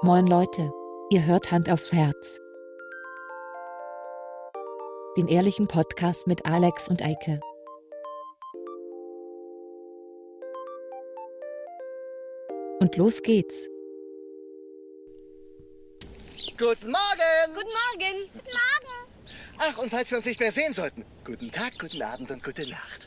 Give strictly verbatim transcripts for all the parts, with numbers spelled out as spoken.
Moin Leute, ihr hört Hand aufs Herz. Den ehrlichen Podcast mit Alex und Eike. Und los geht's. Guten Morgen! Guten Morgen. Guten Morgen. Ach, und falls wir uns nicht mehr sehen sollten, guten Tag, guten Abend und gute Nacht.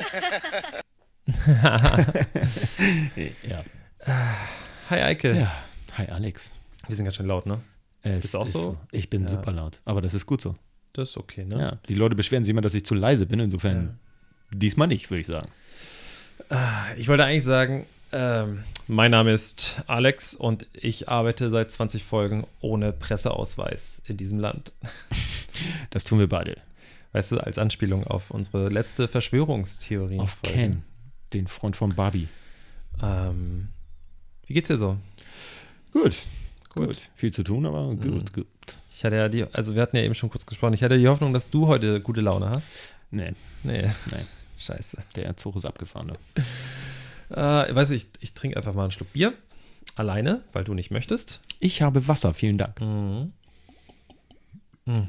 Ja. Hi Eike. Ja. Hi Alex. Wir sind ganz schön laut, ne? Es Bist du auch ist so? Ich bin Ja. super laut, aber das ist gut so. Das ist okay, ne? Ja. Die Leute beschweren sich immer, dass ich zu leise bin, insofern diesmal nicht, würde ich sagen. Ich wollte eigentlich sagen, ähm, mein Name ist Alex und ich arbeite seit zwanzig Folgen ohne Presseausweis in diesem Land. Das tun wir beide. Weißt du, als Anspielung auf unsere letzte Verschwörungstheorie. Auf Ken, den Freund von Barbie. Ähm, wie geht's dir so? Gut. Gut. Gut. Viel zu tun, aber gut, Mhm. gut. Ich hatte ja die, also wir hatten ja eben schon kurz gesprochen, ich hatte die Hoffnung, dass du heute gute Laune hast. Nee, Nee, nee, scheiße. der Zug ist abgefahren. Ne? Äh, weiß ich, ich trinke einfach mal einen Schluck Bier. Alleine, weil du nicht möchtest. Ich habe Wasser, vielen Dank. Mhm. Mhm.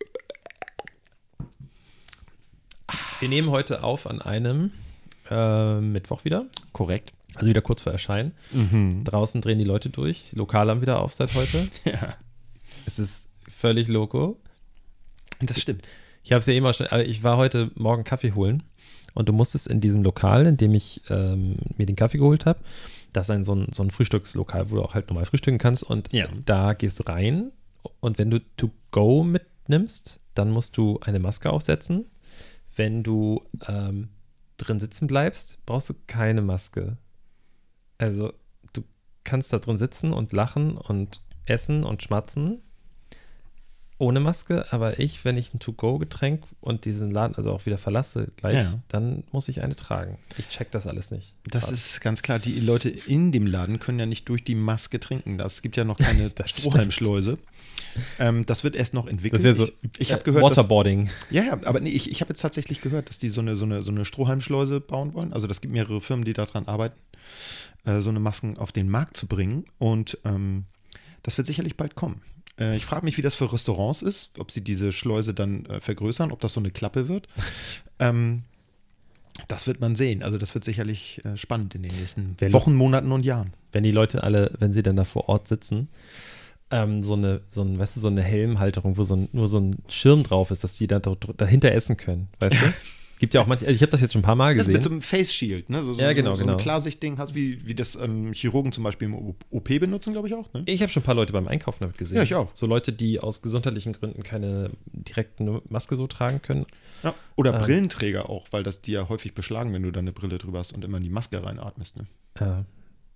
Wir nehmen heute auf an einem äh, Mittwoch wieder, Korrekt. also wieder kurz vor Erscheinen. Mhm. Draußen drehen die Leute durch, die Lokale haben wieder auf seit heute. Ja, Es ist völlig loco. das stimmt. Ich habe es ja eben auch schon, aber ich war heute Morgen Kaffee holen und du musstest in diesem Lokal, in dem ich ähm, mir den Kaffee geholt habe, das ist ein, so, ein, so ein Frühstückslokal, wo du auch halt normal frühstücken kannst und Ja. da gehst du rein und wenn du To Go mitnimmst, dann musst du eine Maske aufsetzen. Wenn du ähm, drin sitzen bleibst, brauchst du keine Maske. Also du kannst da drin sitzen und lachen und essen und schmatzen ohne Maske, aber ich, wenn ich ein To-Go-Getränk und diesen Laden also auch wieder verlasse gleich, Ja. dann muss ich eine tragen. Ich check das alles nicht. Das Gerade. ist ganz klar. Die Leute in dem Laden können ja nicht durch die Maske trinken. Das gibt ja noch keine Das Strohhalmschleuse. Ähm, das wird erst noch entwickelt. Das wäre so ich ich habe äh, gehört, dass, Waterboarding. ja, ja, aber nee, ich, ich habe jetzt tatsächlich gehört, dass die so eine, so, eine, so eine Strohhalmschleuse bauen wollen. Also das gibt mehrere Firmen, die daran arbeiten, äh, so eine Masken auf den Markt zu bringen. Und ähm, das wird sicherlich bald kommen. Äh, ich frage mich, wie das für Restaurants ist, ob sie diese Schleuse dann äh, vergrößern, ob das so eine Klappe wird. ähm, das wird man sehen. Also das wird sicherlich äh, spannend in den nächsten Wer Wochen, Monaten und Jahren. Wenn die Leute alle, wenn sie dann da vor Ort sitzen, ähm, so eine, so ein, weißt du, so eine Helmhalterung, wo so ein, nur so ein Schirm drauf ist, dass die da dr- dahinter essen können, weißt du? Gibt ja auch manche, also ich habe das jetzt schon ein paar Mal Das gesehen. mit so einem Face Shield, ne? So, so, Ja, genau, so, so genau. ein Klarsichtding hast, wie, wie das ähm, Chirurgen zum Beispiel im O P benutzen, glaube ich auch. Ne? Ich habe schon ein paar Leute beim Einkaufen damit gesehen. Ja, ich auch. So Leute, die aus gesundheitlichen Gründen keine direkte Maske so tragen können. Ja. Oder Ähm. Brillenträger auch, weil das die ja häufig beschlagen, wenn du da eine Brille drüber hast und immer in die Maske reinatmest. Ne? Ja.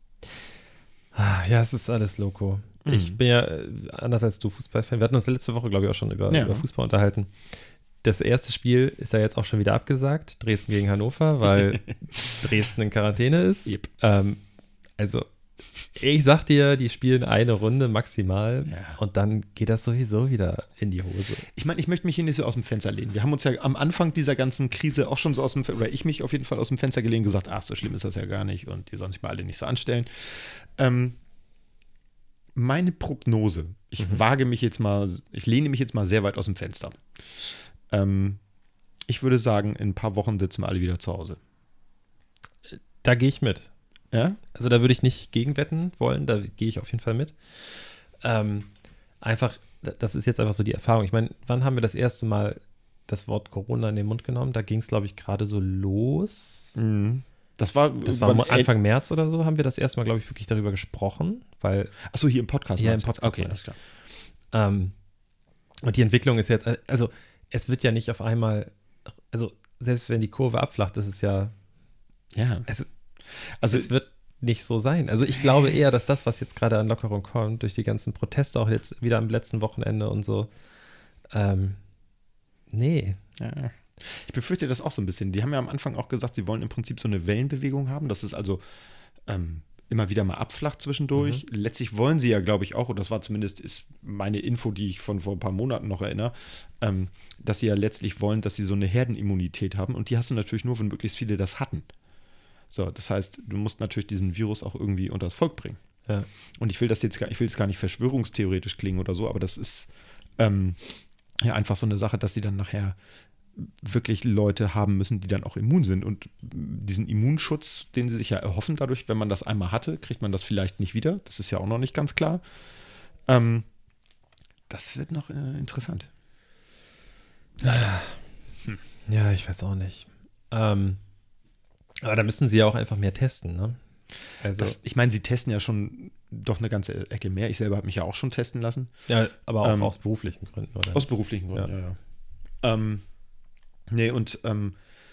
Ah, ja, es ist alles loco. Mhm. Ich bin ja, äh, anders als du, Fußballfan. Wir hatten uns letzte Woche, glaube ich, auch schon über, Ja. über Fußball unterhalten. Das erste Spiel ist ja jetzt auch schon wieder abgesagt. Dresden gegen Hannover, weil Dresden in Quarantäne ist. Yep. Ähm, also, ich sag dir, die spielen eine Runde maximal Ja. und dann geht das sowieso wieder in die Hose. Ich meine, ich möchte mich hier nicht so aus dem Fenster lehnen. Wir haben uns ja am Anfang dieser ganzen Krise auch schon so aus dem, oder ich mich auf jeden Fall aus dem Fenster gelehnt und gesagt, ach, so schlimm ist das ja gar nicht und die sollen sich mal alle nicht so anstellen. Ähm, meine Prognose, ich Mhm. wage mich jetzt mal, ich lehne mich jetzt mal sehr weit aus dem Fenster. Ähm, ich würde sagen, in ein paar Wochen sitzen wir alle wieder zu Hause. Da gehe ich mit. Ja? Also da würde ich nicht gegenwetten wollen, da gehe ich auf jeden Fall mit. Ähm, einfach, das ist jetzt einfach so die Erfahrung. Ich meine, wann haben wir das erste Mal das Wort Corona in den Mund genommen? Da ging es, glaube ich, gerade so los. Mhm. Das war, Das war Anfang März oder so, haben wir das erste Mal, glaube ich, wirklich darüber gesprochen, weil, Achso, hier im Podcast. Ja, meinst im du? Podcast Okay, meine alles ich. klar. ähm, und die Entwicklung ist jetzt, also es wird ja nicht auf einmal, also selbst wenn die Kurve abflacht, ist es ja, Ja. es, Also, es wird nicht so sein. Also ich glaube eher, dass das, was jetzt gerade an Lockerung kommt, durch die ganzen Proteste auch jetzt wieder am letzten Wochenende und so, ähm, nee. ja. Ich befürchte das auch so ein bisschen. Die haben ja am Anfang auch gesagt, sie wollen im Prinzip so eine Wellenbewegung haben, dass es also ähm, immer wieder mal abflacht zwischendurch. Mhm. Letztlich wollen sie ja, glaube ich, auch, und das war zumindest ist meine Info, die ich von vor ein paar Monaten noch erinnere, ähm, dass sie ja letztlich wollen, dass sie so eine Herdenimmunität haben. Und die hast du natürlich nur, wenn möglichst viele das hatten. So, das heißt, du musst natürlich diesen Virus auch irgendwie unters Volk bringen. Ja. Und ich will das jetzt gar, ich will es gar nicht verschwörungstheoretisch klingen oder so, aber das ist ähm, ja einfach so eine Sache, dass sie dann nachher wirklich Leute haben müssen, die dann auch immun sind. Und diesen Immunschutz, den sie sich ja erhoffen dadurch, wenn man das einmal hatte, kriegt man das vielleicht nicht wieder. Das ist ja auch noch nicht ganz klar. Ähm, das wird noch äh, interessant. Hm. Ja, ich weiß auch nicht. Ähm, aber da müssen sie ja auch einfach mehr testen, ne? Also, das, ich meine, sie testen ja schon doch eine ganze Ecke mehr. Ich selber habe mich ja auch schon testen lassen. ja, aber auch ähm, aus beruflichen Gründen, oder? Aus beruflichen Gründen, ja, ja. ja. Ähm, nee, und ähm,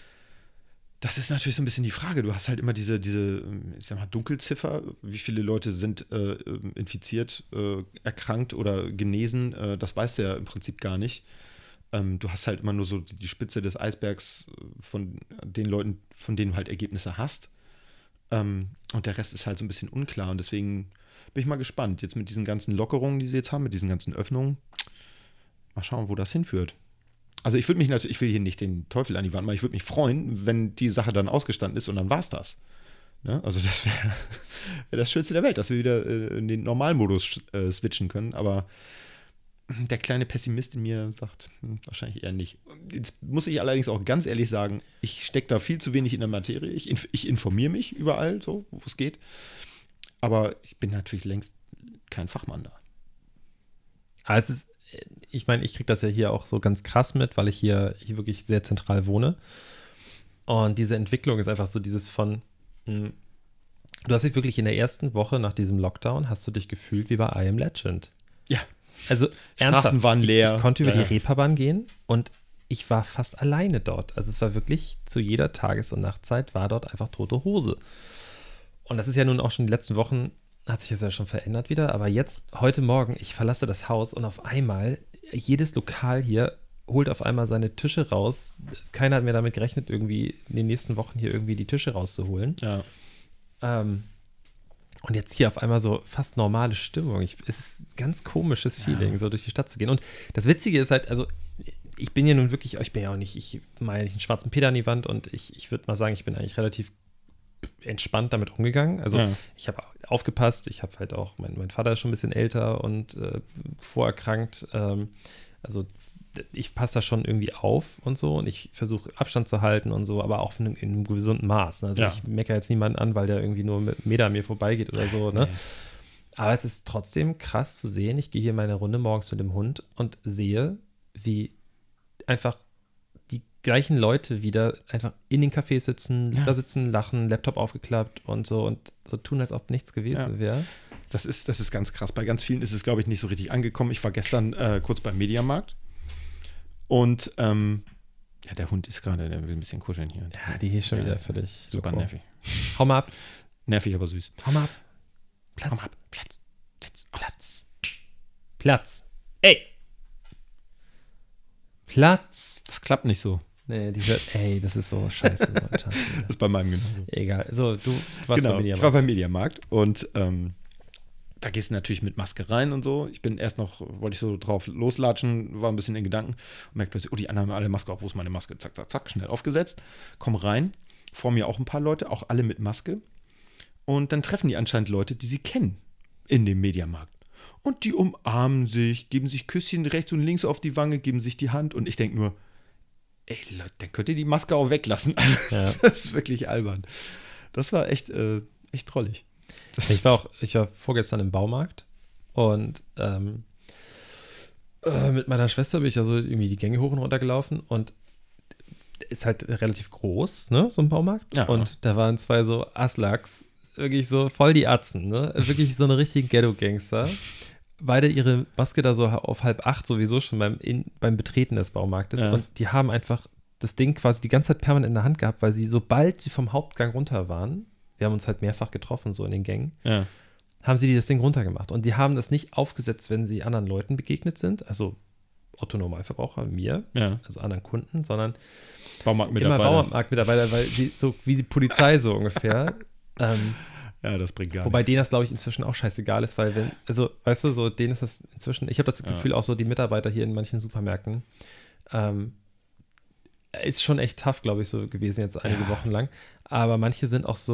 das ist natürlich so ein bisschen die Frage. Du hast halt immer diese, diese ich sag mal, Dunkelziffer. Wie viele Leute sind äh, infiziert, äh, erkrankt oder genesen? Äh, das weißt du ja im Prinzip gar nicht. Ähm, du hast halt immer nur so die Spitze des Eisbergs von den Leuten, von denen du halt Ergebnisse hast. Ähm, und der Rest ist halt so ein bisschen unklar. Und deswegen bin ich mal gespannt. Jetzt mit diesen ganzen Lockerungen, die sie jetzt haben, mit diesen ganzen Öffnungen. Mal schauen, wo das hinführt. Also ich würde mich natürlich, ich will hier nicht den Teufel an die Wand machen, ich würde mich freuen, wenn die Sache dann ausgestanden ist und dann war es das. Ne? Also das wäre wär das Schönste der Welt, dass wir wieder äh, in den Normalmodus äh, switchen können, aber der kleine Pessimist in mir sagt, hm, wahrscheinlich eher nicht. Jetzt muss ich allerdings auch ganz ehrlich sagen, ich stecke da viel zu wenig in der Materie. Ich, inf- ich informiere mich überall, so, wo es geht. Aber ich bin natürlich längst kein Fachmann da. Aber es ist, ich meine, ich kriege das ja hier auch so ganz krass mit, weil ich hier, hier wirklich sehr zentral wohne. Und diese Entwicklung ist einfach so dieses von, mh, du hast dich wirklich in der ersten Woche nach diesem Lockdown, hast du dich gefühlt wie bei I Am Legend. Ja. Also Straßen ernsthaft, waren leer. Ich, ich konnte über ja. die Reeperbahn gehen und ich war fast alleine dort. Also es war wirklich zu jeder Tages- und Nachtzeit war dort einfach tote Hose. Und das ist ja nun auch schon die letzten Wochen, hat sich das ja schon verändert wieder. Aber jetzt, heute Morgen, ich verlasse das Haus und auf einmal, jedes Lokal hier holt auf einmal seine Tische raus. Keiner hat mir damit gerechnet, irgendwie in den nächsten Wochen hier irgendwie die Tische rauszuholen. Ja. Ähm, Und jetzt hier auf einmal so fast normale Stimmung. Ich, es ist ein ganz komisches Feeling, ja. so durch die Stadt zu gehen. Und das Witzige ist halt, also ich bin ja nun wirklich, ich bin ja auch nicht, ich meine nicht einen schwarzen Peter an die Wand und ich, ich würde mal sagen, ich bin eigentlich relativ entspannt damit umgegangen. Also ja. ich habe aufgepasst, ich habe halt auch, mein, mein Vater ist schon ein bisschen älter und äh, vorerkrankt. Ähm, also ich passe da schon irgendwie auf und so und ich versuche Abstand zu halten und so, aber auch in, in einem gesunden Maß. Ne? Also ja. ich meckere jetzt niemanden an, weil der irgendwie nur mit einem Meter an mir vorbeigeht oder so. Ne? Nee. Aber es ist trotzdem krass zu sehen. Ich gehe hier meine Runde morgens mit dem Hund und sehe, wie einfach die gleichen Leute wieder einfach in den Cafés sitzen, ja. da sitzen, lachen, Laptop aufgeklappt und so und so tun, als ob nichts gewesen ja. wäre. Das ist, das ist ganz krass. Bei ganz vielen ist es, glaube ich, nicht so richtig angekommen. Ich war gestern äh, kurz beim Mediamarkt. Und ähm, ja, der Hund ist gerade, der will ein bisschen kuscheln hier. Ja, die ist schon ja, wieder völlig super so nervig. Hau mal ab. Nervig, aber süß. Hau mal ab. Platz. Hau mal ab. Platz. Platz. Platz. Platz. Ey. Platz. Das klappt nicht so. Nee, die hört, ey, das ist so scheiße. Das ist bei meinem genauso. Egal. So, du, du warst genau, beim Mediamarkt. Ich war beim Mediamarkt und ähm, da gehst du natürlich mit Maske rein und so. Ich bin erst noch, wollte ich so drauf loslatschen, war ein bisschen in Gedanken und merke plötzlich, oh, die anderen haben alle Maske auf, wo ist meine Maske? Zack, zack, zack, schnell aufgesetzt. Komm rein, vor mir auch ein paar Leute, auch alle mit Maske. Und dann treffen die anscheinend Leute, die sie kennen in dem Mediamarkt. Und die umarmen sich, geben sich Küsschen rechts und links auf die Wange, geben sich die Hand und ich denke nur, ey Leute, dann könnt ihr die Maske auch weglassen. Also, ja. Das ist wirklich albern. Das war echt, äh, echt trollig. Ich war auch, ich war vorgestern im Baumarkt und ähm, äh, mit meiner Schwester bin ich also irgendwie die Gänge hoch und runter gelaufen und ist halt relativ groß, ne, so ein Baumarkt. Ja. Und da waren zwei so Aslaks, wirklich so voll die Atzen, ne, wirklich so eine richtige Ghetto-Gangster. Beide ihre Maske da so auf halb acht sowieso schon beim, in, beim Betreten des Baumarktes ja. und die haben einfach das Ding quasi die ganze Zeit permanent in der Hand gehabt, weil sie, sobald sie vom Hauptgang runter waren, wir haben uns halt mehrfach getroffen, so in den Gängen, ja. haben sie das Ding runtergemacht. Und die haben das nicht aufgesetzt, wenn sie anderen Leuten begegnet sind, also Otto-Normalverbraucher, mir, ja. also anderen Kunden, sondern Baumarktmitarbeiter. immer Baumarktmitarbeiter, weil sie so wie die Polizei so ungefähr. ähm, ja, das bringt gar Wobei nichts. denen das, glaube ich, inzwischen auch scheißegal ist, weil wenn, also, weißt du, so denen ist das inzwischen, ich habe das Gefühl, ja. auch so die Mitarbeiter hier in manchen Supermärkten, ähm, ist schon echt tough, glaube ich, so gewesen jetzt einige ja. Wochen lang. Aber manche sind auch so,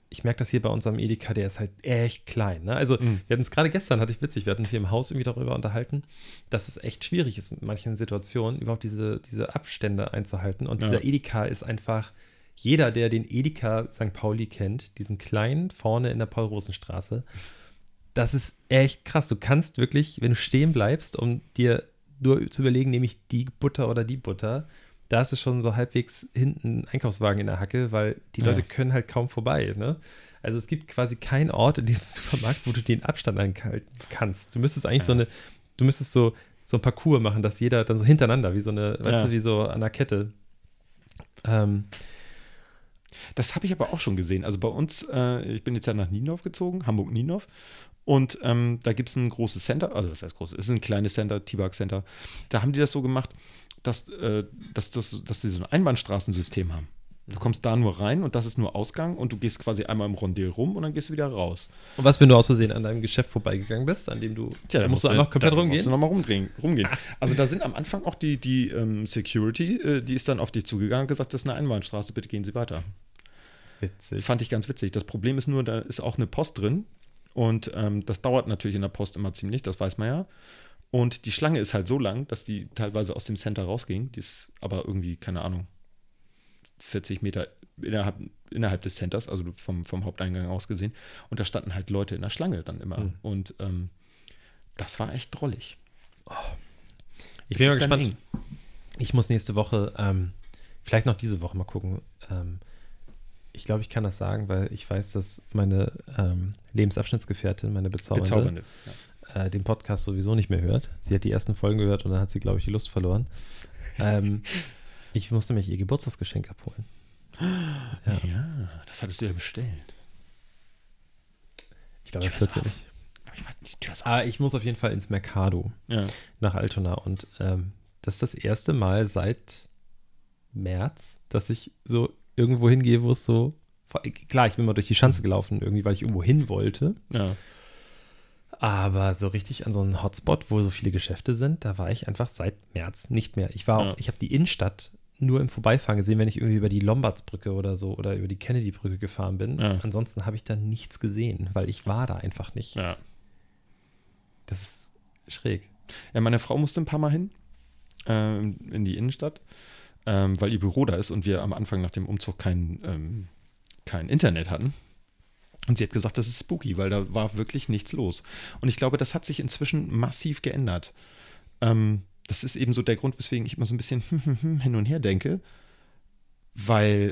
ich merke das hier bei unserem Edeka, der ist halt echt klein. Ne? Also Mhm. wir hatten es gerade gestern, hatte ich witzig, wir hatten uns hier im Haus irgendwie darüber unterhalten, dass es echt schwierig ist, in manchen Situationen überhaupt diese, diese Abstände einzuhalten. Und Ja. dieser Edeka ist einfach, jeder, der den Edeka Sankt Pauli kennt, diesen kleinen vorne in der Paul-Rosen-Straße, das ist echt krass. Du kannst wirklich, wenn du stehen bleibst, um dir nur zu überlegen, nehme ich die Butter oder die Butter, da ist es schon so halbwegs hinten ein Einkaufswagen in der Hacke, weil die Ja. Leute können halt kaum vorbei. Ne? Also es gibt quasi keinen Ort in diesem Supermarkt, wo du den Abstand einhalten kannst. Du müsstest eigentlich Ja. so eine, du müsstest so, so ein Parcours machen, dass jeder dann so hintereinander, wie so eine, weißt Ja. du, wie so an der Kette. Ähm, Das habe ich aber auch schon gesehen. Also bei uns, äh, ich bin jetzt ja nach Niendorf gezogen, Hamburg-Niendorf. Und ähm, da gibt es ein großes Center, also das heißt groß, es ist ein kleines Center, T-Bag-Center. Da haben die das so gemacht, dass, äh, dass, dass, dass sie so ein Einbahnstraßensystem haben. Du kommst da nur rein und das ist nur Ausgang und du gehst quasi einmal im Rondell rum und dann gehst du wieder raus. und was, wenn du aus Versehen an deinem Geschäft vorbeigegangen bist, an dem du, Tja, da musst du einfach komplett da rumgehen? musst du nochmal rumdrehen, rumgehen. Also da sind am Anfang auch die, die ähm, Security, äh, die ist dann auf dich zugegangen und gesagt, das ist eine Einbahnstraße, bitte gehen Sie weiter. Witzig. Fand ich ganz witzig. Das Problem ist nur, da ist auch eine Post drin und ähm, das dauert natürlich in der Post immer ziemlich, das weiß man ja. Und die Schlange ist halt so lang, dass die teilweise aus dem Center rausging. Die ist aber irgendwie, keine Ahnung, vierzig Meter innerhalb, innerhalb des Centers, also vom, vom Haupteingang aus gesehen. Und da standen halt Leute in der Schlange dann immer. Mhm. Und ähm, das war echt drollig. Ich Es bin mal ist dann gespannt. eng. Ich muss nächste Woche, ähm, vielleicht noch diese Woche mal gucken. Ähm, ich glaube, ich kann das sagen, weil ich weiß, dass meine ähm, Lebensabschnittsgefährtin, meine Bezaubernde, Bezaubernde. Ja. äh, den Podcast sowieso nicht mehr hört. Sie hat die ersten Folgen gehört und dann hat sie, glaube ich, die Lust verloren. ähm, ich muss nämlich ihr Geburtstagsgeschenk abholen. Ja. Ja, das hattest du ja bestellt. Ich glaube, das Tür wird ist sie auf. nicht. Aber ich weiß nicht, die Tür ist auf. Aber ich muss auf jeden Fall ins Mercado Ja. nach Altona und ähm, das ist das erste Mal seit März, dass ich so irgendwo hingehe, wo es so, klar, ich bin mal durch die Schanze gelaufen, irgendwie, weil ich irgendwo hin wollte, Ja. aber so richtig an so einem Hotspot, wo so viele Geschäfte sind, da war ich einfach seit März nicht mehr. Ich war auch, Ja. ich habe die Innenstadt nur im Vorbeifahren gesehen, wenn ich irgendwie über die Lombardsbrücke oder so oder über die Kennedy-Brücke gefahren bin. Ja. Ansonsten habe ich da nichts gesehen, weil ich war da einfach nicht. Ja. Das ist schräg. Ja, meine Frau musste ein paar Mal hin, ähm, in die Innenstadt, ähm, weil ihr Büro da ist und wir am Anfang nach dem Umzug kein, ähm, kein Internet hatten. Und sie hat gesagt, das ist spooky, weil da war wirklich nichts los. Und ich glaube, das hat sich inzwischen massiv geändert. Ähm, das ist eben so der Grund, weswegen ich immer so ein bisschen hin und her denke, weil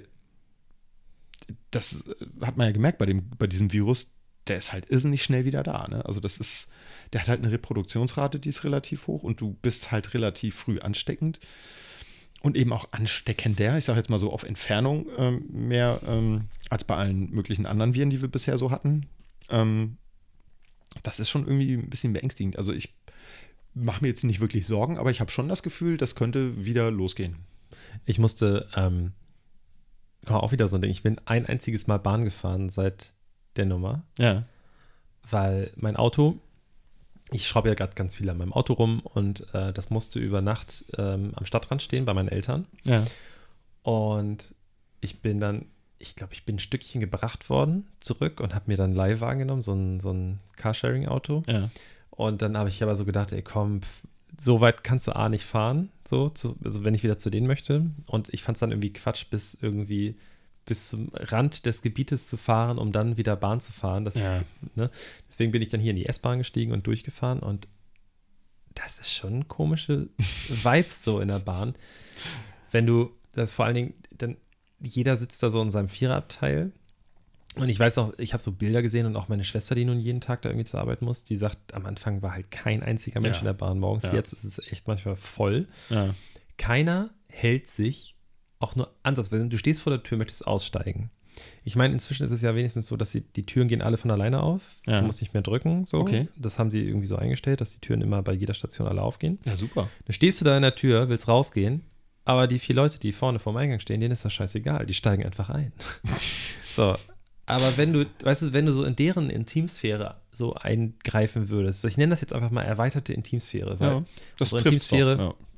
das hat man ja gemerkt bei, dem, bei diesem Virus, der ist halt irrsinnig schnell wieder da. Ne? Also das ist, der hat halt eine Reproduktionsrate, die ist relativ hoch und du bist halt relativ früh ansteckend und eben auch ansteckender, ich sage jetzt mal so auf Entfernung ähm, mehr ähm, als bei allen möglichen anderen Viren, die wir bisher so hatten. Ähm, das ist schon irgendwie ein bisschen beängstigend. Also ich mache mir jetzt nicht wirklich Sorgen, aber ich habe schon das Gefühl, das könnte wieder losgehen. Ich musste, ähm, auch wieder so ein Ding, ich bin ein einziges Mal Bahn gefahren seit der Nummer, Ja. weil mein Auto, ich schraube ja gerade ganz viel an meinem Auto rum und äh, das musste über Nacht ähm, am Stadtrand stehen bei meinen Eltern. Ja. Und ich bin dann, ich glaube, ich bin ein Stückchen gebracht worden zurück und habe mir dann einen Leihwagen genommen, so ein, so ein Carsharing-Auto. Ja. Und dann habe ich aber so gedacht, ey komm, so weit kannst du A nicht fahren, so, zu, also wenn ich wieder zu denen möchte. Und ich fand es dann irgendwie Quatsch, bis irgendwie bis zum Rand des Gebietes zu fahren, um dann wieder Bahn zu fahren. Das, Ja. ne? Deswegen bin ich dann hier in die S-Bahn gestiegen und durchgefahren und das ist schon komische Vibes so in der Bahn. Wenn du, das vor allen Dingen, dann jeder sitzt da so in seinem Viererabteil. Und ich weiß noch, ich habe so Bilder gesehen und auch meine Schwester, die nun jeden Tag da irgendwie zur Arbeit muss, die sagt, am Anfang war halt kein einziger Mensch Ja. in der Bahn morgens. Ja. Jetzt ist es echt manchmal voll. Ja. Keiner hält sich auch nur ansatzweise. Du stehst vor der Tür, möchtest aussteigen. Ich meine, inzwischen ist es ja wenigstens so, dass die, die Türen gehen alle von alleine auf. Ja. Du musst nicht mehr drücken. So. Okay. Das haben sie irgendwie so eingestellt, dass die Türen immer bei jeder Station alle aufgehen. Ja, super. Dann stehst du da in der Tür, willst rausgehen, aber die vier Leute, die vorne vorm Eingang stehen, denen ist das scheißegal. Die steigen einfach ein. So. Aber wenn du, weißt du, wenn du so in deren Intimsphäre so eingreifen würdest, ich nenne das jetzt einfach mal erweiterte Intimsphäre, weil Ja, das unsere trifft's Intimsphäre doch,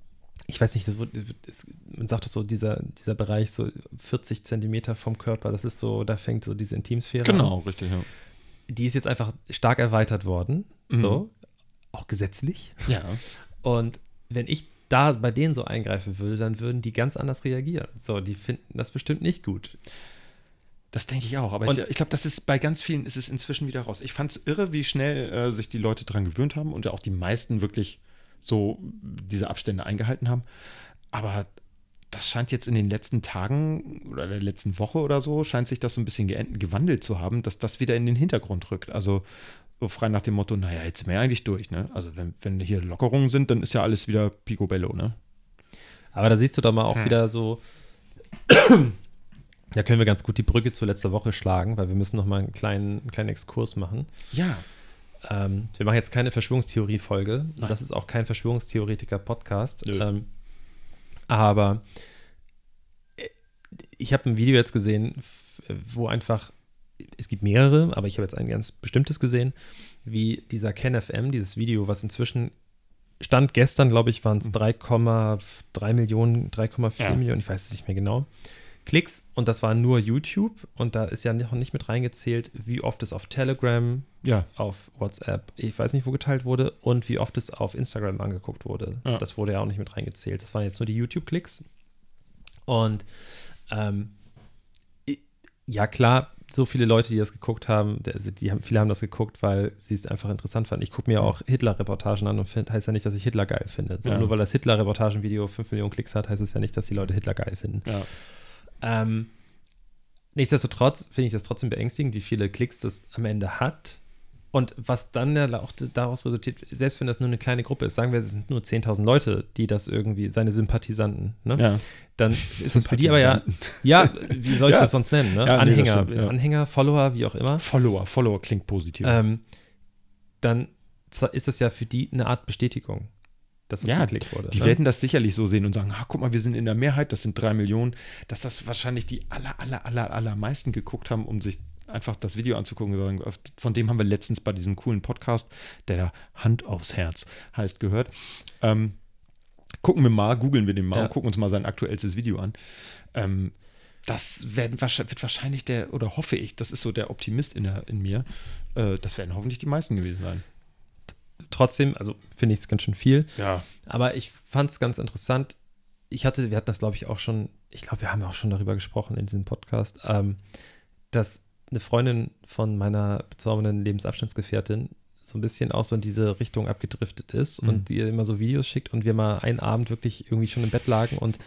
ich weiß nicht, das wird, das, man sagt doch so, dieser, dieser Bereich so vierzig Zentimeter vom Körper, das ist so, da fängt so diese Intimsphäre Genau, an. richtig, ja. Die ist jetzt einfach stark erweitert worden, Mhm. so, auch gesetzlich. Ja. Und wenn ich da bei denen so eingreifen würde, dann würden die ganz anders reagieren. So, die finden das bestimmt nicht gut. Das denke ich auch, aber Und- ich, ich glaube, das ist bei ganz vielen ist es inzwischen wieder raus. Ich fand es irre, wie schnell äh, sich die Leute dran gewöhnt haben und ja auch die meisten wirklich so diese Abstände eingehalten haben. Aber das scheint jetzt in den letzten Tagen oder der letzten Woche oder so, scheint sich das so ein bisschen ge- gewandelt zu haben, dass das wieder in den Hintergrund rückt. Also so frei nach dem Motto, naja, jetzt sind wir ja eigentlich durch, ne? Also wenn, wenn hier Lockerungen sind, dann ist ja alles wieder picobello, ne? Aber da siehst du doch mal auch Hm. wieder so, da können wir ganz gut die Brücke zu letzter Woche schlagen, weil wir müssen noch mal einen kleinen, einen kleinen Exkurs machen. Ja. Ähm, wir machen jetzt keine Verschwörungstheorie-Folge. Nein. Und das ist auch kein Verschwörungstheoretiker-Podcast. Nö. Ähm, aber äh, ich habe ein Video jetzt gesehen, f- wo einfach, es gibt mehrere, aber ich habe jetzt ein ganz bestimmtes gesehen, wie dieser KenFM, dieses Video, was inzwischen Stand gestern, glaube ich, waren es drei Komma drei Millionen, drei Komma vier Ja. Millionen, ich weiß es nicht mehr genau, Klicks. Und das war nur YouTube. Und da ist ja noch nicht mit reingezählt, wie oft es auf Telegram, Ja. auf WhatsApp, ich weiß nicht, wo geteilt wurde und wie oft es auf Instagram angeguckt wurde. Ja. Das wurde ja auch nicht mit reingezählt. Das waren jetzt nur die YouTube-Klicks. Und ähm, i- ja, klar, so viele Leute, die das geguckt haben, der- also die haben, viele haben das geguckt, weil sie es einfach interessant fanden. Ich gucke mir auch Hitler-Reportagen an und find, heißt ja nicht, dass ich Hitler geil finde. So, Ja. Nur weil das Hitler-Reportagen-Video fünf Millionen Klicks hat, heißt es ja nicht, dass die Leute Hitler geil finden. Ja. Ähm, nichtsdestotrotz finde ich das trotzdem beängstigend, wie viele Klicks das am Ende hat. Und was dann ja auch daraus resultiert, selbst wenn das nur eine kleine Gruppe ist, sagen wir, es sind nur zehntausend Leute, die das irgendwie, seine Sympathisanten, ne? Ja. Dann ist das für die aber ja, ja, wie soll ich Ja. das sonst nennen, ne? Ja, nee, das Anhänger, stimmt, ja. Anhänger, Follower, wie auch immer. Follower, Follower klingt positiv. Ähm, dann z- ist das ja für die eine Art Bestätigung, dass es Ja, geklickt wurde. Die ne? werden das sicherlich so sehen und sagen, ah, guck mal, wir sind in der Mehrheit, das sind drei Millionen, dass das wahrscheinlich die aller, aller, aller, allermeisten geguckt haben, um sich einfach das Video anzugucken und sagen, von dem haben wir letztens bei diesem coolen Podcast, der da Hand aufs Herz heißt, gehört. Ähm, gucken wir mal, googeln wir den mal Ja. und gucken uns mal sein aktuellstes Video an. Ähm, das werden, wahrscheinlich- wird wahrscheinlich der, oder hoffe ich, das ist so der Optimist in, der, in mir, äh, das werden hoffentlich die meisten gewesen sein. Trotzdem, also finde ich es ganz schön viel. Ja. Aber ich fand es ganz interessant. Ich hatte, wir hatten das, glaube ich, auch schon, ich glaube, wir haben auch schon darüber gesprochen in diesem Podcast, ähm, dass eine Freundin von meiner bezaubernden Lebensabschnittsgefährtin so ein bisschen auch so in diese Richtung abgedriftet ist Mhm. und die ihr immer so Videos schickt und wir mal einen Abend wirklich irgendwie schon im Bett lagen und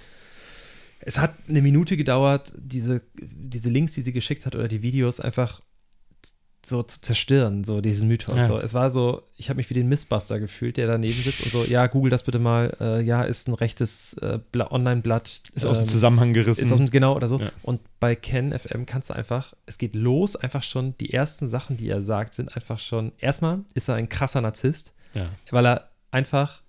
es hat eine Minute gedauert, diese, diese Links, die sie geschickt hat oder die Videos einfach so zu zerstören, so diesen Mythos. Ja. So, es war so, ich habe mich wie den Mistbuster gefühlt, der daneben sitzt und so, ja, google das bitte mal, äh, ja, ist ein rechtes äh, Bla- Online-Blatt. Ist aus dem ähm, Zusammenhang gerissen. Ist aus dem, genau, oder so. Ja. Und bei KenFM kannst du einfach, es geht los, einfach schon, die ersten Sachen, die er sagt, sind einfach schon, erstmal ist er ein krasser Narzisst, ja. weil er einfach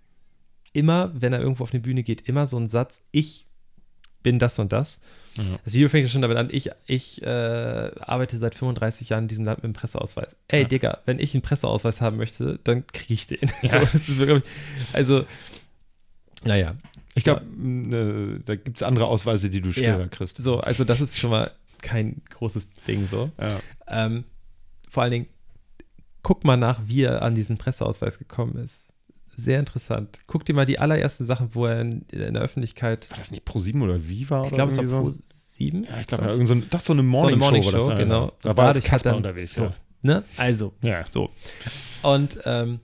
immer, wenn er irgendwo auf eine Bühne geht, immer so einen Satz, ich bin das und das. Ja. Das Video fängt ja schon damit an, ich, ich äh, arbeite seit fünfunddreißig Jahren in diesem Land mit einem Presseausweis. Ey, Ja. Digga, wenn ich einen Presseausweis haben möchte, dann kriege ich den. Ja. So, das ist wirklich, also, naja. Ich glaube, äh, da gibt es andere Ausweise, die du schwerer Ja. kriegst. So, also das ist schon mal kein großes Ding so. Ja. Ähm, vor allen Dingen, guck mal nach, wie er an diesen Presseausweis gekommen ist. Sehr interessant. Guck dir mal die allerersten Sachen, wo er in, in der Öffentlichkeit, War das nicht ProSieben oder Viva? ich oder glaube, es war irgendwie Pro so? sieben. Ja, ich glaube, ja, irgend so, ein- doch so eine So Morning, eine Morning Show. Show, war das, ja, genau. Ja. Da Und war dadurch jetzt hat Kasper dann- unterwegs. so, Ja. ne? Also, Ja. so. Und, ähm,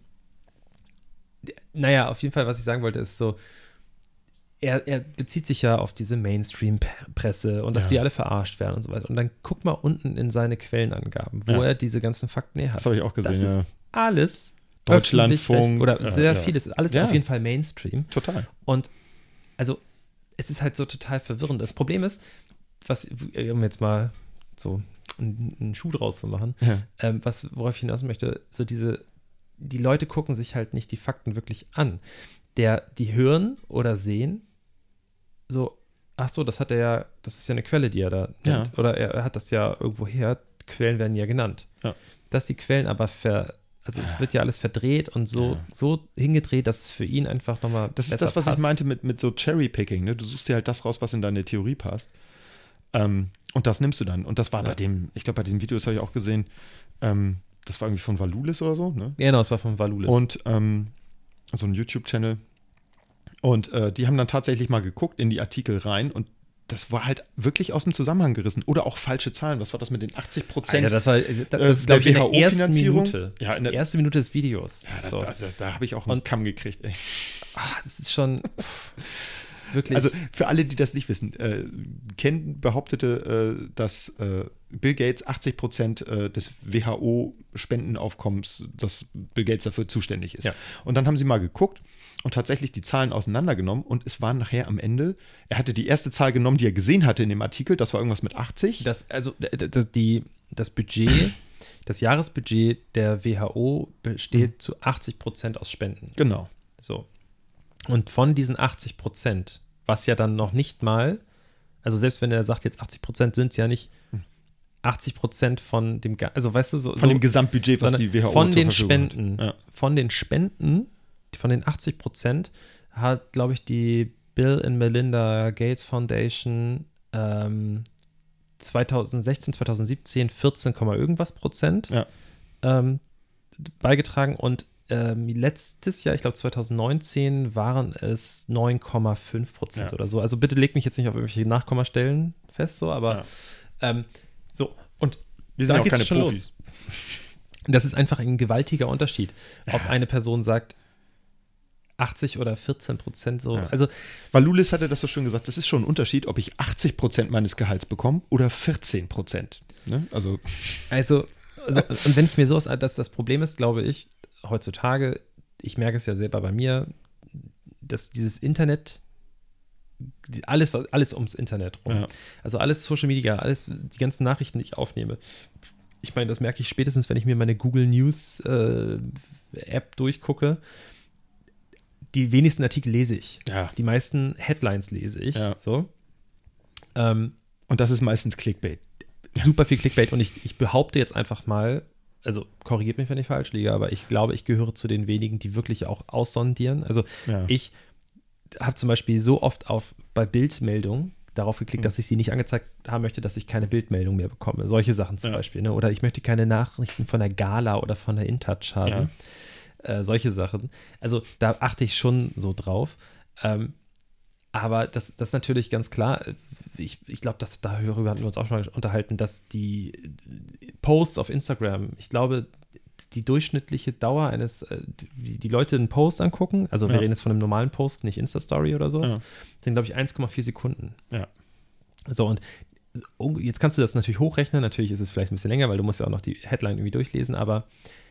naja, auf jeden Fall, was ich sagen wollte, ist so, er, er bezieht sich ja auf diese Mainstream-Presse und dass Ja. wir alle verarscht werden und so weiter. Und dann guck mal unten in seine Quellenangaben, wo Ja. er diese ganzen Fakten her hat. Das habe ich auch gesehen. Das ist ja. alles Deutschlandfunk, öffentlich-rechtlich oder ja, sehr ja. vieles, alles Ja. auf jeden Fall Mainstream. Total. Und also, es ist halt so total verwirrend. Das Problem ist, was, um jetzt mal so einen, einen Schuh draus zu machen, Ja. ähm, was, worauf ich hinaus möchte, so diese, die Leute gucken sich halt nicht die Fakten wirklich an. Der, die hören oder sehen, so, ach so, das hat er ja, das ist ja eine Quelle, die er da Ja. nennt. Oder er, er hat das ja irgendwo her, Quellen werden ja genannt. Ja. Dass die Quellen aber ver, Also Ja. es wird ja alles verdreht und so, Ja. so hingedreht, dass es für ihn einfach nochmal Das ist besser das, was passt. ich meinte mit, mit so Cherry-Picking. Ne? Du suchst dir halt das raus, was in deine Theorie passt. Ähm, und das nimmst du dann. Und das war Ja. bei dem, ich glaube, bei den Videos habe ich auch gesehen, ähm, das war irgendwie von Valulis oder so. Ne? Genau, es war von Valulis. Und ähm, so ein YouTube-Channel. Und äh, die haben dann tatsächlich mal geguckt in die Artikel rein und das war halt wirklich aus dem Zusammenhang gerissen. Oder auch falsche Zahlen. Was war das mit den achtzig Prozent? Alter, das war das, das äh, ist, glaube ich, in der der ersten W H O-Finanzierung. Minute. Ja, in die der- erste Minute des Videos. Ja, das, so. das, das, da habe ich auch einen Und- Kamm gekriegt. Ey. Ah, das ist schon pff, wirklich. Also für alle, die das nicht wissen, äh, Ken behauptete, äh, dass äh, Bill Gates achtzig Prozent äh, des W H O-Spendenaufkommens, dass Bill Gates dafür zuständig ist. Ja. Und dann haben sie mal geguckt und tatsächlich die Zahlen auseinandergenommen und es waren nachher am Ende, er hatte die erste Zahl genommen, die er gesehen hatte in dem Artikel, das war irgendwas mit achtzig. das, also d- d- die, das Budget, das Jahresbudget der W H O besteht zu achtzig Prozent aus Spenden. Genau. So. Und von diesen achtzig Prozent, was ja dann noch nicht mal, also selbst wenn er sagt, jetzt achtzig Prozent sind es ja nicht achtzig Prozent von dem, Ga- also weißt du, so. Von so, dem Gesamtbudget, was sondern die W H O von zur den Verfügung hat. Spenden, Ja. von den Spenden, von den achtzig Prozent hat, glaube ich, die Bill and Melinda Gates Foundation ähm, zweitausendsechzehn, zweitausendsiebzehn vierzehn, irgendwas Prozent Ja. ähm, beigetragen und ähm, letztes Jahr, ich glaube zweitausendneunzehn, waren es neun Komma fünf Prozent Ja. oder so. Also bitte leg mich jetzt nicht auf irgendwelche Nachkommastellen fest, so, aber Ja. ähm, so, und Wir sind da auch geht's keine schon Profis. das ist einfach ein gewaltiger Unterschied, ob Ja. eine Person sagt achtzig oder vierzehn Prozent so. Ja. Also Weil Lulis hatte das so schön gesagt, das ist schon ein Unterschied, ob ich achtzig Prozent meines Gehalts bekomme oder vierzehn Prozent. Ne? Also, Also, also, und wenn ich mir sowas, das, das Problem ist, glaube ich, heutzutage, ich merke es ja selber bei mir, dass dieses Internet, die- alles, was- alles ums Internet rum, Ja. also alles Social Media, alles, die ganzen Nachrichten, die ich aufnehme. Ich meine, das merke ich spätestens, wenn ich mir meine Google News äh, App durchgucke. Die wenigsten Artikel lese ich. Ja. Die meisten Headlines lese ich. Ja. So. Ähm, Und das ist meistens Clickbait. super viel Clickbait und ich, ich behaupte jetzt einfach mal, also korrigiert mich, wenn ich falsch liege, aber ich glaube, ich gehöre zu den wenigen, die wirklich auch aussondieren. Also Ja. ich habe zum Beispiel so oft auf bei Bildmeldungen darauf geklickt, Mhm. dass ich sie nicht angezeigt haben möchte, dass ich keine Bildmeldung mehr bekomme. Solche Sachen zum Ja. Beispiel. Ne? Oder ich möchte keine Nachrichten von der Gala oder von der InTouch haben. Äh, solche Sachen. Also da achte ich schon so drauf. Ähm, aber das, das ist natürlich ganz klar. Ich, ich glaube, dass darüber hatten wir uns auch schon mal unterhalten, dass die Posts auf Instagram, ich glaube, die durchschnittliche Dauer eines, äh, die, die Leute einen Post angucken, also wir Ja. reden jetzt von einem normalen Post, nicht Insta-Story oder sowas, Ja. sind, glaube ich, eins Komma vier Sekunden. Ja. So, und oh, jetzt kannst du das natürlich hochrechnen, natürlich ist es vielleicht ein bisschen länger, weil du musst ja auch noch die Headline irgendwie durchlesen, aber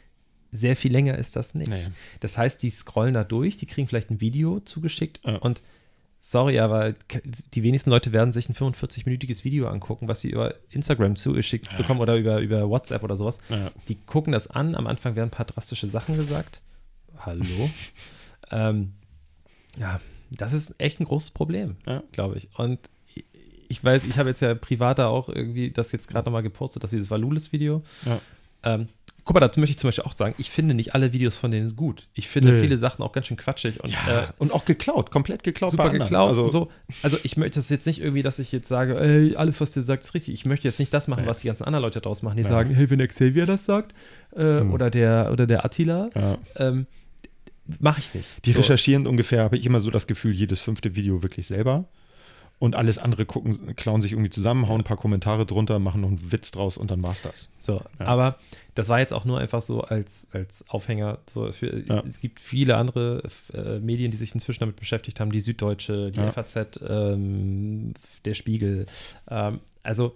sehr viel länger ist das nicht. Nee. Das heißt, die scrollen da durch, die kriegen vielleicht ein Video zugeschickt Ja. und sorry, aber ke- die wenigsten Leute werden sich ein fünfundvierzig-minütiges Video angucken, was sie über Instagram zugeschickt Ja. bekommen oder über, über WhatsApp oder sowas. Ja. Die gucken das an, am Anfang werden ein paar drastische Sachen gesagt. Hallo? ähm, ja, das ist echt ein großes Problem, Ja. glaube ich. Und ich weiß, ich habe jetzt ja privat da auch irgendwie das jetzt gerade nochmal gepostet, dass dieses Valulis-Video. Ja. Ähm, guck mal, dazu möchte ich zum Beispiel auch sagen, ich finde nicht alle Videos von denen gut. Ich finde Nee. viele Sachen auch ganz schön quatschig und Ja. äh, Und auch geklaut, komplett geklaut super bei anderen. geklaut Also, und so. Also ich möchte das jetzt nicht irgendwie, dass ich jetzt sage, ey, alles, was der sagt, ist richtig. Ich möchte jetzt nicht das machen, Nee. was die ganzen anderen Leute daraus machen, die Ja. sagen, hey, wenn der Xavier das sagt äh, Hm. oder, der, oder der Attila, Ja. ähm, mache ich nicht. Die So. recherchieren ungefähr, habe ich immer so das Gefühl, jedes fünfte Video wirklich selber. Und alles andere gucken, klauen sich irgendwie zusammen, hauen ein paar Kommentare drunter, machen noch einen Witz draus und dann war's das. So, Ja. aber das war jetzt auch nur einfach so als, als Aufhänger. So für, Ja. Es gibt viele andere äh, Medien, die sich inzwischen damit beschäftigt haben, die Süddeutsche, die Ja. F A Z, ähm, der Spiegel. Ähm, also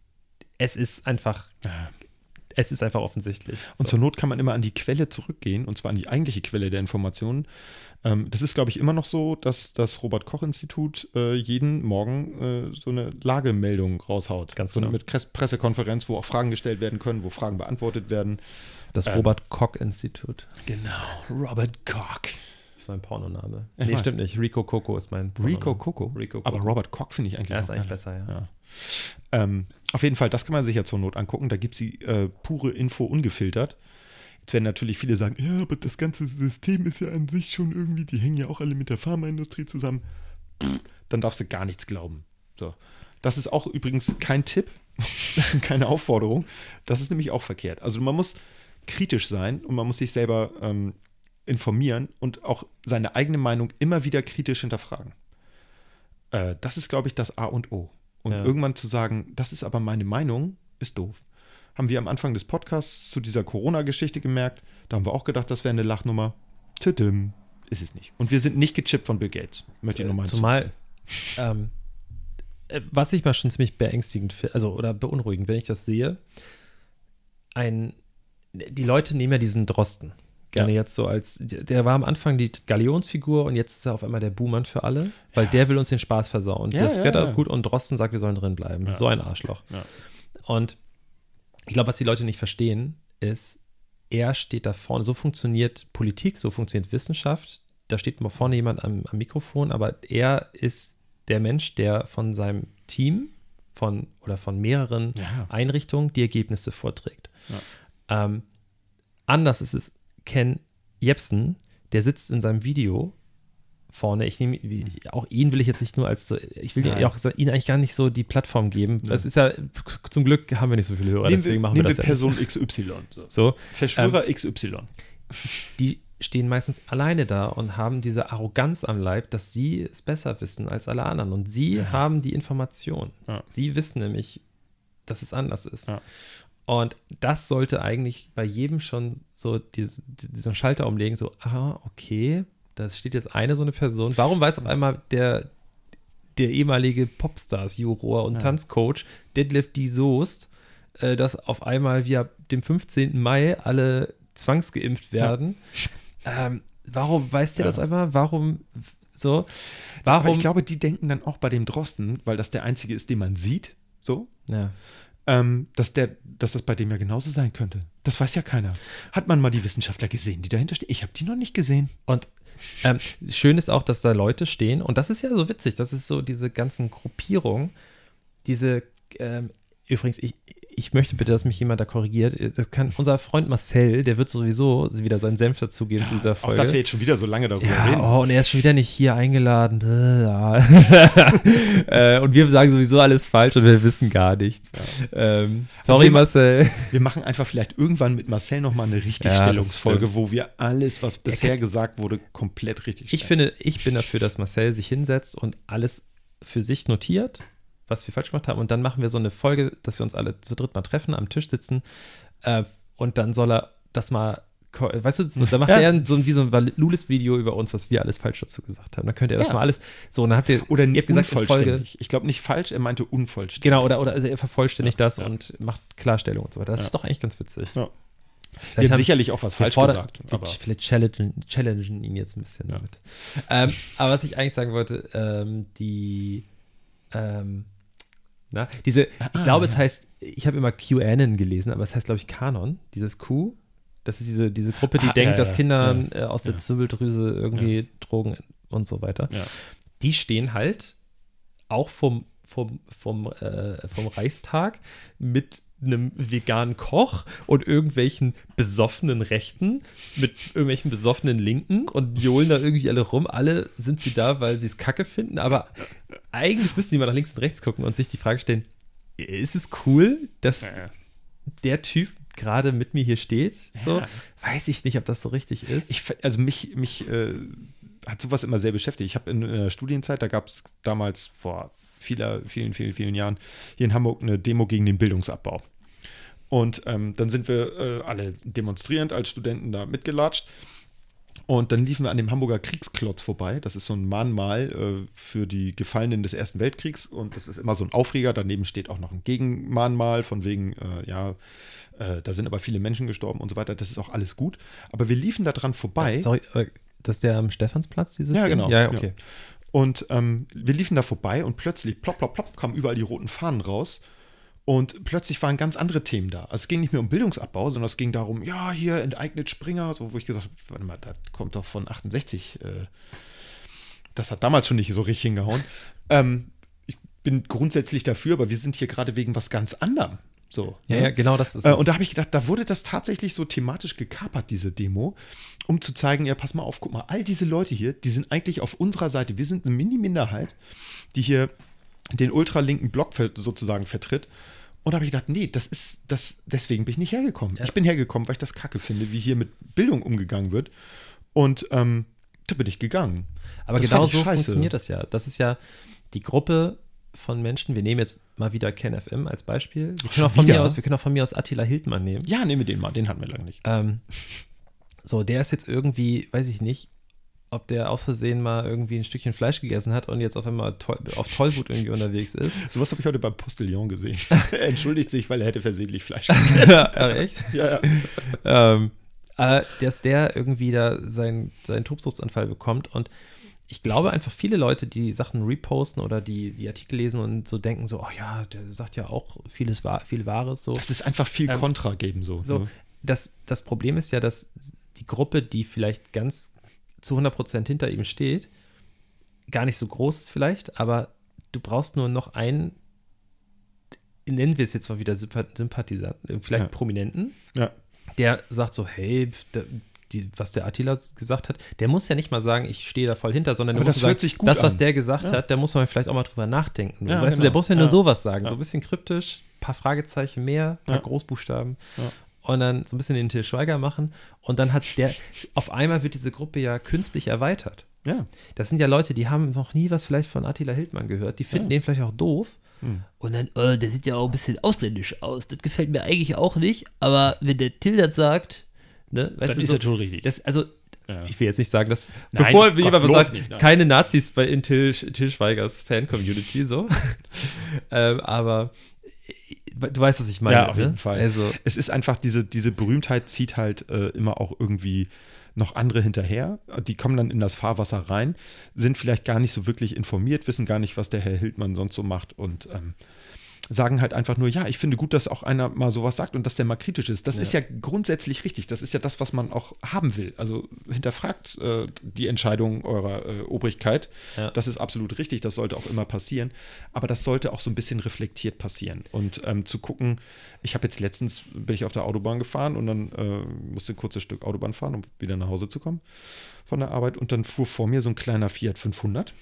es ist einfach, Ja. es ist einfach offensichtlich. Und so. zur Not kann man immer an die Quelle zurückgehen, und zwar an die eigentliche Quelle der Informationen. Ähm, das ist, glaube ich, immer noch so, dass das Robert-Koch-Institut äh, jeden Morgen äh, so eine Lagemeldung raushaut. Ganz so eine genau. mit Press- Pressekonferenz, wo auch Fragen gestellt werden können, wo Fragen beantwortet werden. Das ähm, Robert-Koch-Institut. Genau, Robert Koch. Das ist mein Pornoname. Ich nee, weiß. stimmt nicht. Rico Coco ist mein Pornoname. Rico Coco. Rico Coco. Aber Robert Koch finde ich eigentlich Ja, ist noch eigentlich geiler. besser, ja. Ja. Ähm, auf jeden Fall, das kann man sich ja zur Not angucken. Da gibt es die äh, pure Info ungefiltert. Jetzt werden natürlich viele sagen, ja, aber das ganze System ist ja an sich schon irgendwie, die hängen ja auch alle mit der Pharmaindustrie zusammen. Pff, dann darfst du gar nichts glauben. So. Das ist auch übrigens kein Tipp, keine Aufforderung. Das ist nämlich auch verkehrt. Also man muss kritisch sein und man muss sich selber ähm, informieren und auch seine eigene Meinung immer wieder kritisch hinterfragen. Äh, das ist, glaube ich, das A und O. Und Ja. irgendwann zu sagen, das ist aber meine Meinung, ist doof. Haben wir am Anfang des Podcasts zu dieser Corona-Geschichte gemerkt. Da haben wir auch gedacht, das wäre eine Lachnummer. Tüdüm, ist es nicht. Und wir sind nicht gechippt von Bill Gates. Möchte ich nochmal Zumal, ähm, äh, was ich mal schon ziemlich beängstigend finde, also oder beunruhigend, wenn ich das sehe, ein, die Leute nehmen ja diesen Drosten gerne Ja. jetzt so als, der war am Anfang die Galionsfigur und jetzt ist er auf einmal der Buhmann für alle, weil der will uns den Spaß versauen. Ja, das ja, Wetter ja. ist gut und Drosten sagt, wir sollen drin bleiben. Ja. So ein Arschloch. Ja. Und ich glaube, was die Leute nicht verstehen, ist, er steht da vorne. So funktioniert Politik, so funktioniert Wissenschaft. Da steht mal vorne jemand am, am Mikrofon, aber er ist der Mensch, der von seinem Team von oder von mehreren Ja. Einrichtungen die Ergebnisse vorträgt. Ja. Ähm, anders ist es Ken Jebsen, der sitzt in seinem Video vorne. Ich nehme, wie, auch ihn will ich jetzt nicht nur als so, ich will ja auch ihn eigentlich gar nicht so die Plattform geben. Das ist ja, zum Glück haben wir nicht so viele Hörer, Nehmen deswegen wir, machen wir nehmen das wir ja Person X Y. So. so. Verschwörer X Y. Die stehen meistens alleine da und haben diese Arroganz am Leib, dass sie es besser wissen als alle anderen. Und sie Ja. haben die Information. Ja. Sie wissen nämlich, dass es anders ist. Ja. Und das sollte eigentlich bei jedem schon so diese, diesen Schalter umlegen, so, ah, okay, da steht jetzt eine so eine Person. Warum weiß auf einmal der, der ehemalige Popstars-Juror und Ja. Tanzcoach Detlef D. Soest, äh, dass auf einmal wir ab dem fünfzehnten Mai alle zwangsgeimpft werden? Ähm, warum weiß der Ja. das einmal? Warum so? Aber Warum? ich glaube, die denken dann auch bei dem Drosten, weil das der einzige ist, den man sieht, so, ja. ähm, dass, der, dass das bei dem ja genauso sein könnte. Das weiß ja keiner. Hat man mal die Wissenschaftler gesehen, die dahinter stehen? Ich habe die noch nicht gesehen. Und ähm, schön ist auch, dass da Leute stehen, und das ist ja so witzig, das ist so diese ganzen Gruppierungen, diese, ähm, übrigens, ich, ich möchte bitte, dass mich jemand da korrigiert, das kann unser Freund Marcel, der wird sowieso wieder seinen Senf dazugeben zu dieser Auch Folge. dass wir jetzt schon wieder so lange darüber Ja, reden. oh, und er ist schon wieder nicht hier eingeladen. äh, und wir sagen sowieso alles falsch und wir wissen gar nichts. Ähm, sorry, wir ma- Marcel. Wir machen einfach vielleicht irgendwann mit Marcel nochmal eine Ja, das Richtigstellungsfolge, stimmt. wo wir alles, was bisher gesagt wurde, komplett richtig Ich stellen. finde, ich bin dafür, dass Marcel sich hinsetzt und alles für sich notiert, was wir falsch gemacht haben. Und dann machen wir so eine Folge, dass wir uns alle zu dritt mal treffen, am Tisch sitzen. Äh, und dann soll er das mal, ko- weißt du, so, da macht Ja. er so ein, wie so ein Lulis-Video über uns, was wir alles falsch dazu gesagt haben. Dann könnt ihr das Ja. mal alles, so, und dann habt ihr, Oder ihr habt gesagt, in Folge, unvollständig. Ich glaube nicht falsch, er meinte unvollständig. genau, oder, oder also er vervollständigt Ja, das ja. und macht Klarstellung und so weiter. Das Ja. ist doch eigentlich ganz witzig. Ja. Vielleicht Wir haben haben- sicherlich auch was wir falsch fordern- gesagt. wir Aber vielleicht challengen, challengen ihn jetzt ein bisschen Ja. damit. Ähm, aber was ich eigentlich sagen wollte, ähm, die, ähm, na, diese, ich Ah, glaube, es ja. heißt, ich habe immer QAnon gelesen, aber es heißt, glaube ich, Kanon, dieses Q. Das ist diese, diese Gruppe, die Ah, denkt, ja, dass ja, Kindern ja, äh, aus der ja. Zwirbeldrüse irgendwie Drogen und so weiter. ja. Die stehen halt auch vom, vom, vom, äh, vom Reichstag mit einem veganen Koch und irgendwelchen besoffenen Rechten mit irgendwelchen besoffenen Linken und johlen da irgendwie alle rum. Alle sind sie da, weil sie es kacke finden, aber eigentlich müssen die mal nach links und rechts gucken und sich die Frage stellen, ist es cool, dass Ja, ja. der Typ gerade mit mir hier steht? So, Ja. weiß ich nicht, ob das so richtig ist. Ich, ver- also mich, mich äh, hat sowas immer sehr beschäftigt. Ich habe in, in der Studienzeit, da gab es damals vor vieler, vielen, vielen, vielen Jahren hier in Hamburg eine Demo gegen den Bildungsabbau. Und ähm, dann sind wir äh, alle demonstrierend als Studenten da mitgelatscht. Und dann liefen wir an dem Hamburger Kriegsklotz vorbei. Das ist so ein Mahnmal äh, für die Gefallenen des Ersten Weltkriegs. Und das ist immer so ein Aufreger. Daneben steht auch noch ein Gegenmahnmal von wegen, äh, ja, äh, da sind aber viele Menschen gestorben und so weiter. Das ist auch alles gut. Aber wir liefen da dran vorbei. Sorry, äh, das ist der am Stephansplatz, dieses Ja, Ding? genau. Ja, okay. Und ähm, wir liefen da vorbei und plötzlich, plopp, plopp, plopp, kamen überall die roten Fahnen raus. Und plötzlich waren ganz andere Themen da. Also es ging nicht mehr um Bildungsabbau, sondern es ging darum, ja, hier enteignet Springer, so wo ich gesagt habe, warte mal, das kommt doch von achtundsechzig. Äh, das hat damals schon nicht so richtig hingehauen. Ähm, ich bin grundsätzlich dafür, aber wir sind hier gerade wegen was ganz anderem. So, Ja, ne? ja, genau das ist Äh, es. und da habe ich gedacht, da wurde das tatsächlich so thematisch gekapert, diese Demo, um zu zeigen, ja, pass mal auf, guck mal, all diese Leute hier, die sind eigentlich auf unserer Seite. Wir sind eine Mini-Minderheit, die hier den ultralinken Block ver- sozusagen vertritt. Und da habe ich gedacht, nee, das ist, das, deswegen bin ich nicht hergekommen. Ja. Ich bin hergekommen, weil ich das kacke finde, wie hier mit Bildung umgegangen wird. Und ähm, da bin ich gegangen. Aber Das genau fand ich so scheiße. funktioniert das ja. Das ist ja die Gruppe von Menschen. Wir nehmen jetzt mal wieder Ken F M als Beispiel. Wir können, schon auch von wieder? mir aus, wir können auch von mir aus Attila Hildmann nehmen. Ja, nehmen wir den mal, den hatten wir lange nicht. Ähm, so, der ist jetzt irgendwie, weiß ich nicht, ob der aus Versehen mal irgendwie ein Stückchen Fleisch gegessen hat und jetzt auf einmal to- auf Tollwut irgendwie unterwegs ist. Sowas habe ich heute beim Postillon gesehen. Er entschuldigt sich, weil er hätte versehentlich Fleisch gegessen. Ja, echt? Ja, ja. ähm, äh, dass der irgendwie da seinen, seinen Tobsuchtsanfall bekommt und ich glaube einfach viele Leute, die Sachen reposten oder die, die Artikel lesen und so denken so, oh ja, der sagt ja auch vieles wahr, viel Wahres so. Das ist einfach viel Ähm, Kontra geben so. So, ne? das, das Problem ist ja, dass die Gruppe, die vielleicht ganz zu hundert Prozent hinter ihm steht, gar nicht so groß ist vielleicht, aber du brauchst nur noch einen, nennen wir es jetzt mal wieder Sympa- Sympathisanten, vielleicht Ja. Prominenten, Ja. der sagt so, hey, der, die, was der Attila gesagt hat, der muss ja nicht mal sagen, ich stehe da voll hinter, sondern der Aber muss das sagen, hört sich gut das, was an. der gesagt Ja. hat, da muss man vielleicht auch mal drüber nachdenken. Ja, weißt du, genau. der muss ja nur Ja. sowas sagen, Ja. so ein bisschen kryptisch, paar Fragezeichen mehr, paar Ja. Großbuchstaben. Ja. Und dann so ein bisschen den Til Schweiger machen. Und dann hat der, auf einmal wird diese Gruppe ja künstlich erweitert. Ja. Das sind ja Leute, die haben noch nie was vielleicht von Attila Hildmann gehört. Die finden Ja. den vielleicht auch doof. Hm. Und dann, äh, der sieht ja auch ein bisschen ausländisch aus. Das gefällt mir eigentlich auch nicht. Aber wenn der Till das sagt, ne, weißt Dann du, ist so, das schon richtig. Das, also, Ja. ich will jetzt nicht sagen, dass, Nein, bevor Gott, jemand was bloß sagt, nicht, nein. keine Nazis bei in Till, Til Schweigers Fan-Community, so. ähm, aber du weißt, was ich meine. Ja, auf ne? jeden Fall. Also, Es ist einfach, diese, diese Berühmtheit zieht halt äh, immer auch irgendwie noch andere hinterher. Die kommen dann in das Fahrwasser rein, sind vielleicht gar nicht so wirklich informiert, wissen gar nicht, was der Herr Hildmann sonst so macht und ähm, sagen halt einfach nur, ja, ich finde gut, dass auch einer mal sowas sagt und dass der mal kritisch ist. Das Ja. ist ja grundsätzlich richtig. Das ist ja das, was man auch haben will. Also hinterfragt äh, die Entscheidung eurer äh, Obrigkeit. Ja. Das ist absolut richtig. Das sollte auch immer passieren. Aber das sollte auch so ein bisschen reflektiert passieren. Und ähm, zu gucken, ich habe jetzt letztens, bin ich auf der Autobahn gefahren und dann äh, musste ein kurzes Stück Autobahn fahren, um wieder nach Hause zu kommen von der Arbeit. Und dann fuhr vor mir so ein kleiner Fiat fünfhundert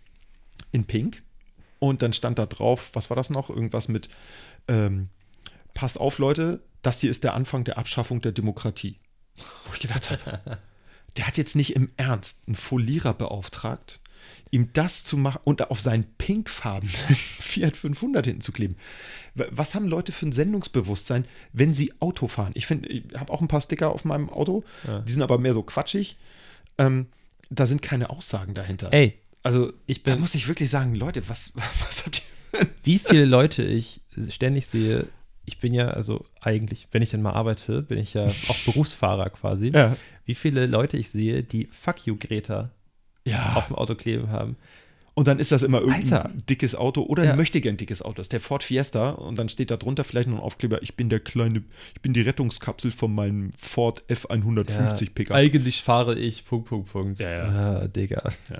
in Pink. Und dann stand da drauf, was war das noch? Irgendwas mit, ähm, passt auf, Leute, das hier ist der Anfang der Abschaffung der Demokratie. Wo ich gedacht habe, der hat jetzt nicht im Ernst einen Folierer beauftragt, ihm das zu machen und auf seinen pinkfarbenen Fiat fünfhundert hinten zu kleben. W- Was haben Leute für ein Sendungsbewusstsein, wenn sie Auto fahren? Ich finde, ich habe auch ein paar Sticker auf meinem Auto, Ja. die sind aber mehr so quatschig. Ähm, da sind keine Aussagen dahinter. ey, Also, Ich da bin- muss ich wirklich sagen, Leute, was, was habt ihr? wie viele Leute ich ständig sehe, ich bin ja, also eigentlich, wenn ich dann mal arbeite, bin ich ja auch Berufsfahrer quasi. Ja. Wie viele Leute ich sehe, die Fuck you Greta Ja. auf dem Auto kleben haben. Und dann ist das immer irgendein Alter. dickes Auto oder Ja. ein möchtegern dickes Auto. Das ist der Ford Fiesta und dann steht da drunter vielleicht noch ein Aufkleber, ich bin der kleine, ich bin die Rettungskapsel von meinem Ford F hundertfünfzig Pickup. Eigentlich fahre ich, Punkt, Punkt, Punkt. Ja, ja. Ah, Digga. Ja.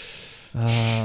Ah,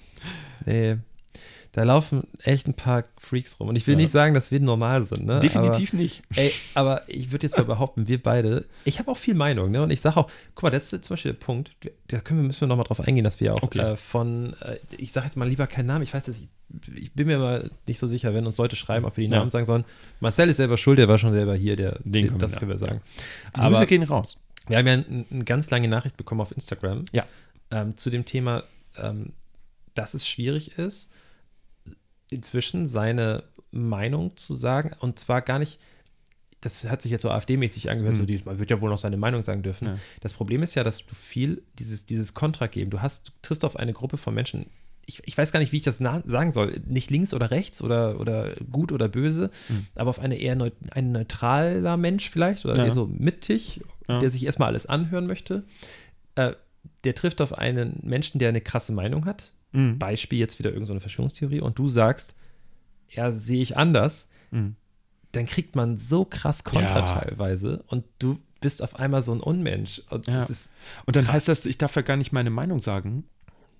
nee. Da laufen echt ein paar Freaks rum. Und ich will Ja. nicht sagen, dass wir normal sind, ne? Definitiv nicht. Aber, ey, aber ich würde jetzt mal behaupten, wir beide, ich habe auch viel Meinung, ne? Und ich sage auch, guck mal, das ist zum Beispiel der Punkt, da können wir, müssen wir nochmal drauf eingehen, dass wir auch Okay. äh, von, äh, ich sage jetzt mal lieber keinen Namen, ich weiß das, ich, ich bin mir mal nicht so sicher, wenn uns Leute schreiben, ob wir die Ja. Namen sagen sollen. Marcel ist selber schuld, der war schon selber hier, der, Den können wir das sagen. können wir sagen. Grüße Aber gehen raus. wir haben ja ein- eine ganz lange Nachricht bekommen auf Instagram Ja. ähm, zu dem Thema, ähm, dass es schwierig ist, inzwischen seine Meinung zu sagen und zwar gar nicht, das hat sich jetzt so AfD-mäßig angehört, Mhm. so die, man wird ja wohl noch seine Meinung sagen dürfen. Ja. Das Problem ist ja, dass du viel dieses, dieses Kontra geben, du hast, du triffst auf eine Gruppe von Menschen, ich, ich weiß gar nicht, wie ich das na- sagen soll, nicht links oder rechts oder, oder gut oder böse, Mhm. aber auf eine eher neu, ein neutraler Mensch vielleicht oder Ja. eher so mittig, Ja. der sich erstmal alles anhören möchte. Äh, der trifft auf einen Menschen, der eine krasse Meinung hat. Mhm. Beispiel jetzt wieder irgendeine so eine Verschwörungstheorie und du sagst, ja, sehe ich anders, Mhm. dann kriegt man so krass Kontra Ja. teilweise und du bist auf einmal so ein Unmensch. Und Ja. das ist Und dann krass. heißt das, ich darf ja gar nicht meine Meinung sagen.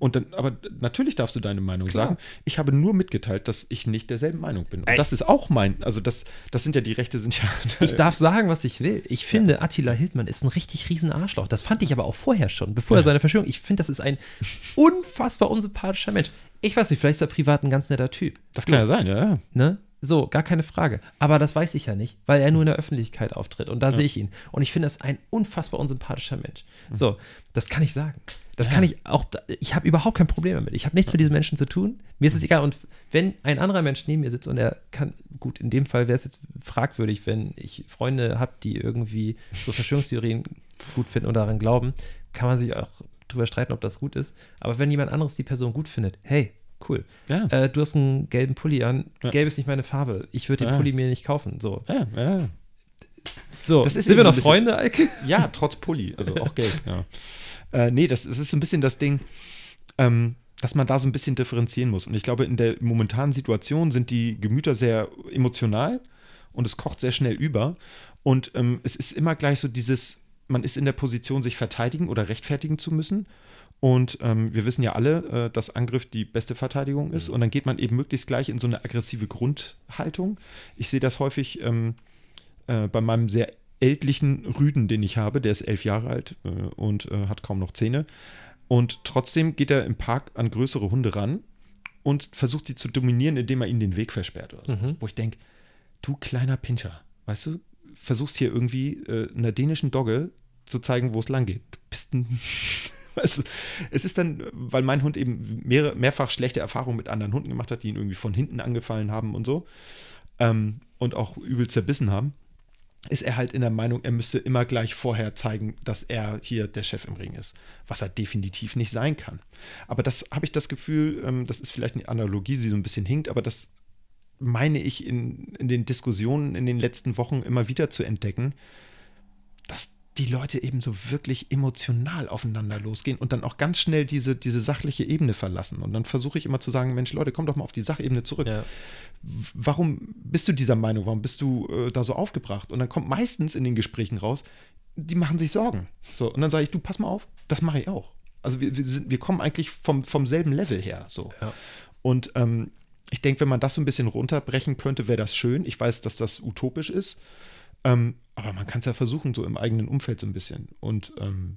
Und dann, aber natürlich darfst du deine Meinung Klar. sagen. Ich habe nur mitgeteilt, dass ich nicht derselben Meinung bin. Und Ey. das ist auch mein, also das, das sind ja die Rechte, sind ja. Ich darf sagen, was ich will. Ich finde, Attila Hildmann ist ein richtig riesen Arschloch. Das fand ich aber auch vorher schon, bevor er seine Verschwörung. Ich finde, das ist ein unfassbar unsympathischer Mensch. Ich weiß nicht, vielleicht ist er privat ein ganz netter Typ. Das kann ja sein, ja. ja. Ne? So, gar keine Frage. Aber das weiß ich ja nicht, weil er nur in der Öffentlichkeit auftritt. Und da sehe ich ihn. Und ich finde, das ist ein unfassbar unsympathischer Mensch. So, das kann ich sagen. Das kann ich auch, ich habe überhaupt kein Problem damit. Ich habe nichts mit diesem Menschen zu tun. Mir ist es egal. Und wenn ein anderer Mensch neben mir sitzt und er kann, gut, in dem Fall wäre es jetzt fragwürdig, wenn ich Freunde habe, die irgendwie so Verschwörungstheorien gut finden und daran glauben, kann man sich auch drüber streiten, ob das gut ist. Aber wenn jemand anderes die Person gut findet, hey, cool. Ja. Äh, du hast einen gelben Pulli an. Ja. Gelb ist nicht meine Farbe. Ich würde den Ja. Pulli mir nicht kaufen. So, Ja, ja. so. Das ist sind eben wir so noch ein bisschen- Freunde, Eike? Ja, trotz Pulli, also auch Geld, ja. Äh, nee, das, das ist so ein bisschen das Ding, ähm, dass man da so ein bisschen differenzieren muss. Und ich glaube, in der momentanen Situation sind die Gemüter sehr emotional und es kocht sehr schnell über. Und ähm, es ist immer gleich so dieses, man ist in der Position, sich verteidigen oder rechtfertigen zu müssen. Und ähm, wir wissen ja alle, äh, dass Angriff die beste Verteidigung ist. Und dann geht man eben möglichst gleich in so eine aggressive Grundhaltung. Ich sehe das häufig ähm, äh, bei meinem sehr ältlichen Rüden, den ich habe. Der ist elf Jahre alt äh, und äh, hat kaum noch Zähne. Und trotzdem geht er im Park an größere Hunde ran und versucht sie zu dominieren, indem er ihnen den Weg versperrt. Oder so. Mhm. Wo ich denke, du kleiner Pinscher, weißt du, versuchst hier irgendwie äh, einer dänischen Dogge zu zeigen, wo es lang geht. Du bist ein Weißt du, es ist dann, weil mein Hund eben mehr, mehrfach schlechte Erfahrungen mit anderen Hunden gemacht hat, die ihn irgendwie von hinten angefallen haben und so ähm, und auch übel zerbissen haben, ist er halt in der Meinung, er müsste immer gleich vorher zeigen, dass er hier der Chef im Ring ist, was er definitiv nicht sein kann. Aber das habe ich das Gefühl, ähm, das ist vielleicht eine Analogie, die so ein bisschen hinkt, aber das meine ich in, in den Diskussionen in den letzten Wochen immer wieder zu entdecken, dass die Leute eben so wirklich emotional aufeinander losgehen und dann auch ganz schnell diese, diese sachliche Ebene verlassen. Und dann versuche ich immer zu sagen, Mensch, Leute, komm doch mal auf die Sachebene zurück. Ja. Warum bist du dieser Meinung? Warum bist du äh, da so aufgebracht? Und dann kommt meistens in den Gesprächen raus, die machen sich Sorgen. So, und dann sage ich, du, pass mal auf, das mache ich auch. Also wir, wir, sind, wir kommen eigentlich vom, vom selben Level her. So. Ja. Und ähm, ich denke, wenn man das so ein bisschen runterbrechen könnte, wäre das schön. Ich weiß, dass das utopisch ist. Ähm, aber man kann es ja versuchen, so im eigenen Umfeld so ein bisschen. Und ähm,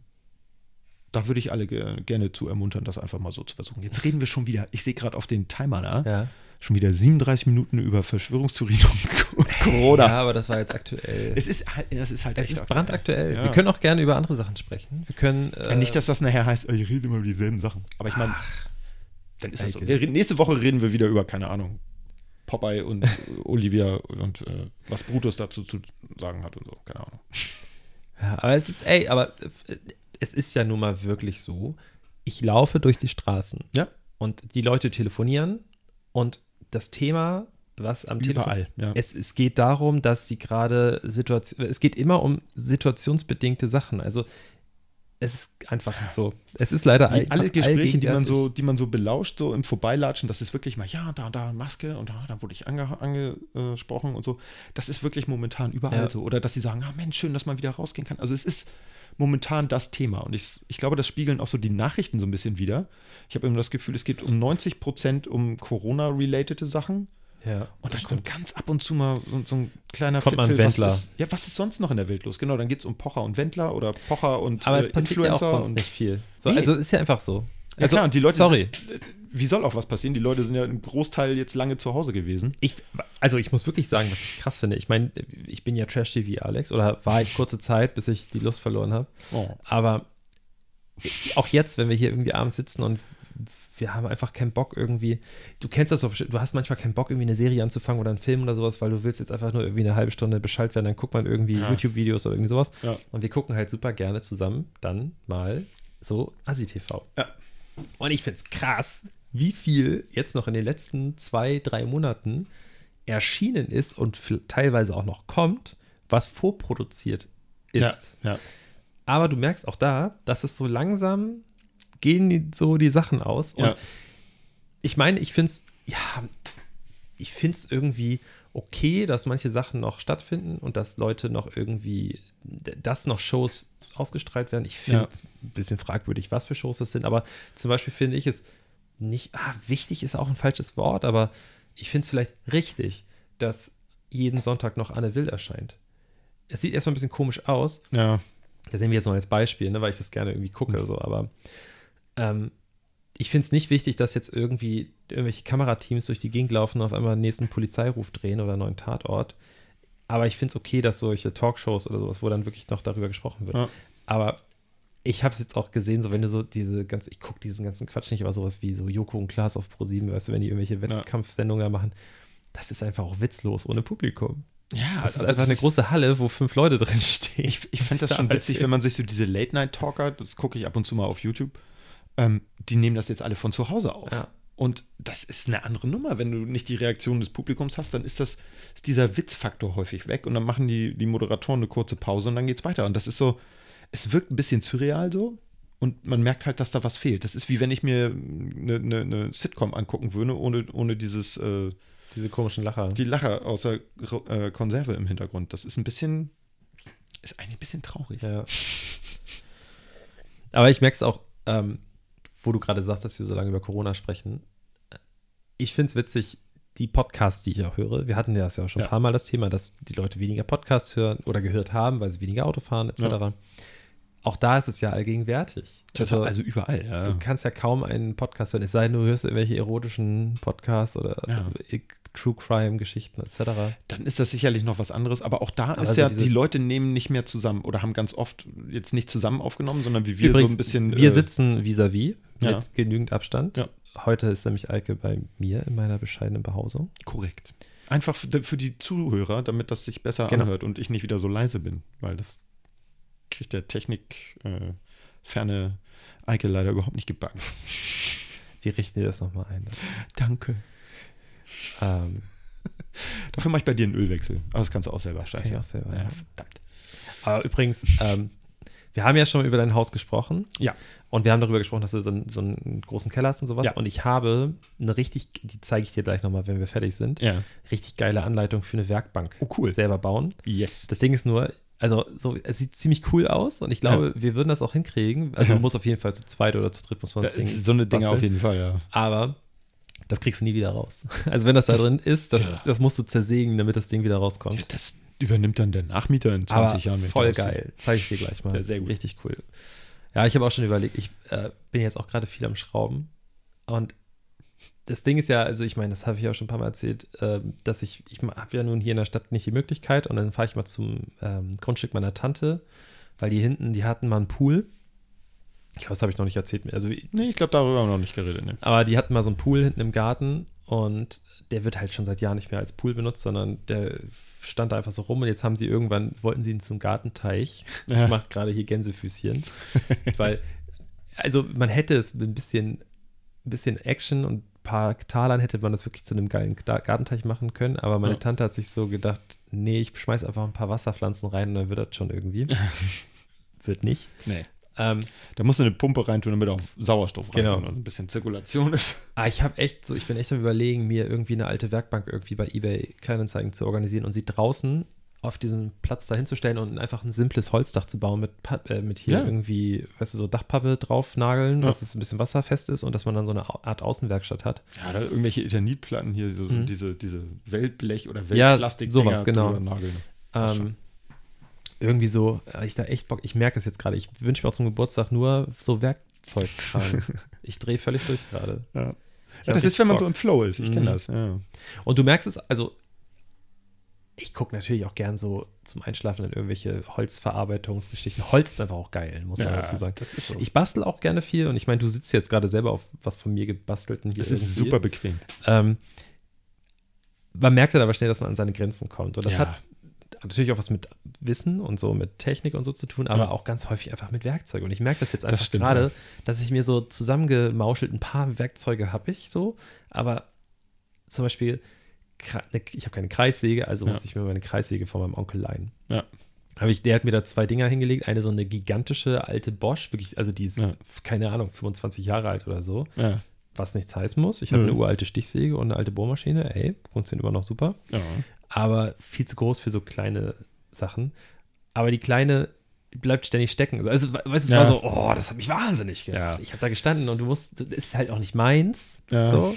da würde ich alle ge- gerne zu ermuntern, das einfach mal so zu versuchen. Jetzt reden wir schon wieder, ich sehe gerade auf den Timer da, Ja. schon wieder siebenunddreißig Minuten über Verschwörungstheorien und Corona. Ja, aber das war jetzt aktuell. Es ist halt, es ist halt Es echt ist brandaktuell. Ja. Wir können auch gerne über andere Sachen sprechen. Wir können. Äh, Ja, nicht, dass das nachher heißt, oh, ich rede immer über dieselben Sachen. Aber ich meine, dann ist das so. Eike. Wir reden, nächste Woche reden wir wieder über, keine Ahnung, Popeye und äh, Olivia und äh, was Brutus dazu zu sagen hat und so. Keine Ahnung. Ja, aber es ist, ey, aber äh, es ist ja nun mal wirklich so, ich laufe durch die Straßen Ja. und die Leute telefonieren und das Thema, was am Überall, Telefon, ja. es, es geht darum, dass sie gerade Situation, es geht immer um situationsbedingte Sachen, also es ist einfach so, es ist leider all, Die, alle Gespräche, die man, allgegenwärtig. so, die man so belauscht, so im Vorbeilatschen, das ist wirklich mal, ja, da, da Maske und da, da wurde ich ange, angesprochen und so. Das ist wirklich momentan überall Ja. so. Oder dass sie sagen, ah Mensch, schön, dass man wieder rausgehen kann. Also es ist momentan das Thema. Und ich, ich glaube, das spiegeln auch so die Nachrichten so ein bisschen wider. Ich habe immer das Gefühl, es geht um neunzig Prozent um Corona-relatede Sachen. Ja, Und das dann kommt ganz ab und zu mal so, so ein kleiner Kommt mal ein Fitzel, was Wendler. ist, ja, was ist sonst noch in der Welt los? Genau, dann geht es um Pocher und Wendler oder Pocher und aber äh, es passiert ja auch Influencer sonst und nicht viel. So, Nee. Also ist ja einfach so. Ja Also, klar, und die Leute sorry. Sind, wie soll auch was passieren? Die Leute sind ja im Großteil jetzt lange zu Hause gewesen. Ich, also ich muss wirklich sagen, was ich krass finde. Ich meine, ich bin ja Trash-T V Alex oder war ich kurze Zeit, bis ich die Lust verloren habe. Oh. Aber auch jetzt, wenn wir hier irgendwie abends sitzen und wir haben einfach keinen Bock irgendwie, du kennst das doch bestimmt, du hast manchmal keinen Bock irgendwie eine Serie anzufangen oder einen Film oder sowas, weil du willst jetzt einfach nur irgendwie eine halbe Stunde Bescheid werden, dann guckt man irgendwie Ja. YouTube-Videos oder irgendwie sowas. Ja. Und wir gucken halt super gerne zusammen dann mal so Assi-T V. Ja. Und ich finde es krass, wie viel jetzt noch in den letzten zwei, drei Monaten erschienen ist und f- teilweise auch noch kommt, was vorproduziert ist. Ja, ja. Aber du merkst auch da, dass es so langsam gehen die, so die Sachen aus. Und Ja. ich meine, ich finde es, ja, ich finde es irgendwie okay, dass manche Sachen noch stattfinden und dass Leute noch irgendwie, dass noch Shows ausgestrahlt werden. Ich finde Ja. ein bisschen fragwürdig, was für Shows das sind, aber zum Beispiel finde ich es nicht, ah, wichtig ist auch ein falsches Wort, aber ich finde es vielleicht richtig, dass jeden Sonntag noch Anne Will erscheint. Es sieht erstmal ein bisschen komisch aus. Ja. Das sehen wir jetzt noch als Beispiel, ne, weil ich das gerne irgendwie gucke, so, aber ähm, ich finde es nicht wichtig, dass jetzt irgendwie irgendwelche Kamerateams durch die Gegend laufen und auf einmal den nächsten Polizeiruf drehen oder einen neuen Tatort. Aber ich finde es okay, dass solche Talkshows oder sowas, wo dann wirklich noch darüber gesprochen wird. Ja. Aber ich habe es jetzt auch gesehen, so wenn du so diese ganze, ich gucke diesen ganzen Quatsch nicht, aber sowas wie so Joko und Klaas auf ProSieben, weißt du, wenn die irgendwelche Wettkampfsendungen da machen, das ist einfach auch witzlos ohne Publikum. Ja, Das ist also einfach eine ist- große Halle, wo fünf Leute drin stehen. Ich, ich fände das schon witzig, wenn man sich so diese Late-Night-Talker, das gucke ich ab und zu mal auf YouTube, ähm, die nehmen das jetzt alle von zu Hause auf. Ja. Und das ist eine andere Nummer. Wenn du nicht die Reaktion des Publikums hast, dann ist das ist dieser Witzfaktor häufig weg und dann machen die, die Moderatoren eine kurze Pause und dann geht's weiter. Und das ist so, es wirkt ein bisschen surreal so und man merkt halt, dass da was fehlt. Das ist wie wenn ich mir eine, eine, eine Sitcom angucken würde, ohne, ohne dieses äh, Diese komischen Lacher. die Lacher aus der äh, Konserve im Hintergrund. Das ist ein bisschen, ist eigentlich ein bisschen traurig. Ja. Aber ich merke es auch, ähm, wo du gerade sagst, dass wir so lange über Corona sprechen. Ich finde es witzig, die Podcasts, die ich auch höre. Wir hatten ja das ja auch schon Ja. ein paar Mal das Thema, dass die Leute weniger Podcasts hören oder gehört haben, weil sie weniger Auto fahren, et cetera. Auch da ist es ja allgegenwärtig. Also, also überall, ja. Du kannst ja kaum einen Podcast hören, es sei denn, du hörst irgendwelche erotischen Podcasts oder Ja. True Crime-Geschichten et cetera. Dann ist das sicherlich noch was anderes, aber auch da ist Also ja, diese- die Leute nehmen nicht mehr zusammen oder haben ganz oft jetzt nicht zusammen aufgenommen, sondern wie wir Übrigens, so ein bisschen. wir äh, sitzen vis-à-vis Ja. mit genügend Abstand. Ja. Heute ist nämlich Eike bei mir in meiner bescheidenen Behausung. korrekt. Einfach für, für die Zuhörer, damit das sich besser Genau. anhört und ich nicht wieder so leise bin, weil das kriegt der Technik äh, ferne Eike leider überhaupt nicht gebacken. Wir richten dir das nochmal ein. Danke. Ähm, Dafür mache ich bei dir einen Ölwechsel. Aber das kannst du auch selber. Scheiße. ich auch selber, ja, ja. verdammt. aber übrigens, ähm, wir haben ja schon mal über dein Haus gesprochen. Ja. Und wir haben darüber gesprochen, dass du so einen, so einen großen Keller hast und sowas. Ja. Und ich habe eine richtig, die zeige ich dir gleich nochmal, wenn wir fertig sind, Ja. richtig geile Anleitung für eine Werkbank. Oh, cool. Selber bauen. Yes. Das Ding ist nur, also so, es sieht ziemlich cool aus und ich glaube, wir würden das auch hinkriegen. Also Ja. man muss auf jeden Fall zu zweit oder zu dritt muss man das Ding So eine Dinge basteln. auf jeden Fall, ja. Aber das kriegst du nie wieder raus. Also wenn das da drin ist, das, Ja. das musst du zersägen, damit das Ding wieder rauskommt. Ja, das übernimmt dann der Nachmieter in zwanzig Aber Jahren. wenn ich voll da ausziehe. geil. Zeige ich dir gleich mal. Ja, sehr gut. Richtig cool. Ja, ich habe auch schon überlegt, ich äh, bin jetzt auch gerade viel am Schrauben und das Ding ist ja, also ich meine, das habe ich auch schon ein paar Mal erzählt, ähm, dass ich, ich habe ja nun hier in der Stadt nicht die Möglichkeit und dann fahre ich mal zum ähm, Grundstück meiner Tante, weil die hinten, die hatten mal einen Pool. Ich glaube, das habe ich noch nicht erzählt. Also, Nee, ich glaube, darüber haben wir noch nicht geredet. Ne? aber die hatten mal so einen Pool hinten im Garten und der wird halt schon seit Jahren nicht mehr als Pool benutzt, sondern der stand da einfach so rum und jetzt haben sie irgendwann, wollten sie ihn zum Gartenteich. Ja. Ich mache gerade hier Gänsefüßchen, weil, also man hätte es mit ein bisschen, ein bisschen Action und ein paar Talern hätte man das wirklich zu einem geilen Ga- Gartenteich machen können, aber meine Ja. Tante hat sich so gedacht, nee, ich schmeiß einfach ein paar Wasserpflanzen rein und dann wird das schon irgendwie. Wird nicht. Nee. Ähm, Da musst du eine Pumpe reintun, damit auch Sauerstoff Genau. reinkommt und ein bisschen Zirkulation ist. Ah, ich habe echt so, ich bin echt am Überlegen, mir irgendwie eine alte Werkbank irgendwie bei eBay Kleinanzeigen zu organisieren und sie draußen auf diesem Platz da hinzustellen und einfach ein simples Holzdach zu bauen mit, Pa- äh, mit hier Ja. irgendwie, weißt du, so Dachpappe draufnageln, Ja. dass es ein bisschen wasserfest ist und dass man dann so eine Au- Art Außenwerkstatt hat. Ja, oder irgendwelche Eternitplatten hier, so Mhm. diese, diese Wellblech- oder Ja, Wellplastik sowas, genau. nageln. Ähm, irgendwie so, äh, ich da echt Bock, ich merke es jetzt gerade, ich wünsche mir auch zum Geburtstag nur so Werkzeugkram. Ich drehe völlig durch gerade. Ja. Ich Ja, hab das richtig ist, wenn man Bock. so im Flow ist. Ich Mhm. kenne das, ja. Und du merkst es, also ich gucke natürlich auch gern so zum Einschlafen in irgendwelche Holzverarbeitungsgeschichten. Holz ist einfach auch geil, muss man Ja, dazu sagen. das ist so. Ich bastel auch gerne viel und ich meine, du sitzt jetzt gerade selber auf was von mir gebastelten hier. Es ist irgendwie. super bequem. Ähm, man merkt dann aber schnell, dass man an seine Grenzen kommt. Und das Ja. hat natürlich auch was mit Wissen und so, mit Technik und so zu tun, aber Ja. auch ganz häufig einfach mit Werkzeug. Und ich merke das jetzt Das einfach stimmt, gerade, ja. dass ich mir so zusammengemauschelt, ein paar Werkzeuge habe ich so, aber zum Beispiel, Kre- ne- ich habe keine Kreissäge, also Ja. musste ich mir meine Kreissäge von meinem Onkel leihen. Ja. Hab ich, der hat mir da zwei Dinger hingelegt, eine so eine gigantische alte Bosch, wirklich, also die ist, Ja. keine Ahnung, fünfundzwanzig Jahre alt oder so, Ja. was nichts heißen muss. Ich habe Nö. eine uralte Stichsäge und eine alte Bohrmaschine, ey, funktioniert immer noch super, Ja. aber viel zu groß für so kleine Sachen. Aber die kleine bleibt ständig stecken. Also, weißt du, es Ja. war so, oh, das hat mich wahnsinnig gemacht. Ja. Ich habe da gestanden und du musst, das ist halt auch nicht meins. Ja. So.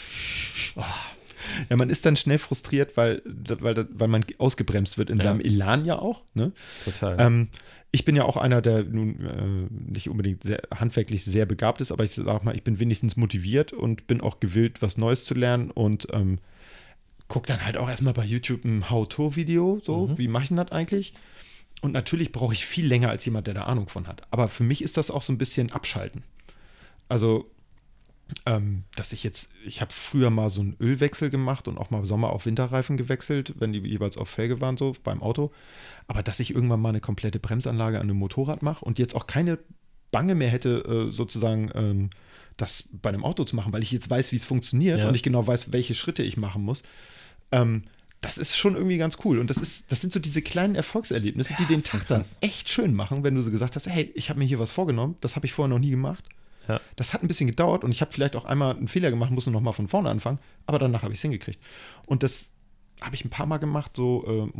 Ja, man ist dann schnell frustriert, weil, weil, weil man ausgebremst wird in Ja. seinem Elan ja auch. Ne? Total. Ähm, ich bin ja auch einer, der nun äh, nicht unbedingt sehr, handwerklich sehr begabt ist, aber ich sag mal, ich bin wenigstens motiviert und bin auch gewillt, was Neues zu lernen und ähm, gucke dann halt auch erstmal bei YouTube ein How-To-Video, so, Mhm. wie mache ich denn das eigentlich? Und natürlich brauche ich viel länger als jemand, der da Ahnung von hat. Aber für mich ist das auch so ein bisschen Abschalten. Also, ähm, dass ich jetzt, ich habe früher mal so einen Ölwechsel gemacht und auch mal Sommer- auf Winterreifen gewechselt, wenn die jeweils auf Felge waren, so beim Auto. Aber dass ich irgendwann mal eine komplette Bremsanlage an einem Motorrad mache und jetzt auch keine Bange mehr hätte, äh, sozusagen ähm, das bei einem Auto zu machen, weil ich jetzt weiß, wie es funktioniert Ja. und ich genau weiß, welche Schritte ich machen muss. Ähm, das ist schon irgendwie ganz cool. Und das ist, das sind so diese kleinen Erfolgserlebnisse, die den Tag dann krass. echt schön machen, wenn du so gesagt hast, hey, ich habe mir hier was vorgenommen, das habe ich vorher noch nie gemacht. Ja. Das hat ein bisschen gedauert und ich habe vielleicht auch einmal einen Fehler gemacht, musste noch mal von vorne anfangen, aber danach habe ich es hingekriegt. Und das habe ich ein paar Mal gemacht, so äh,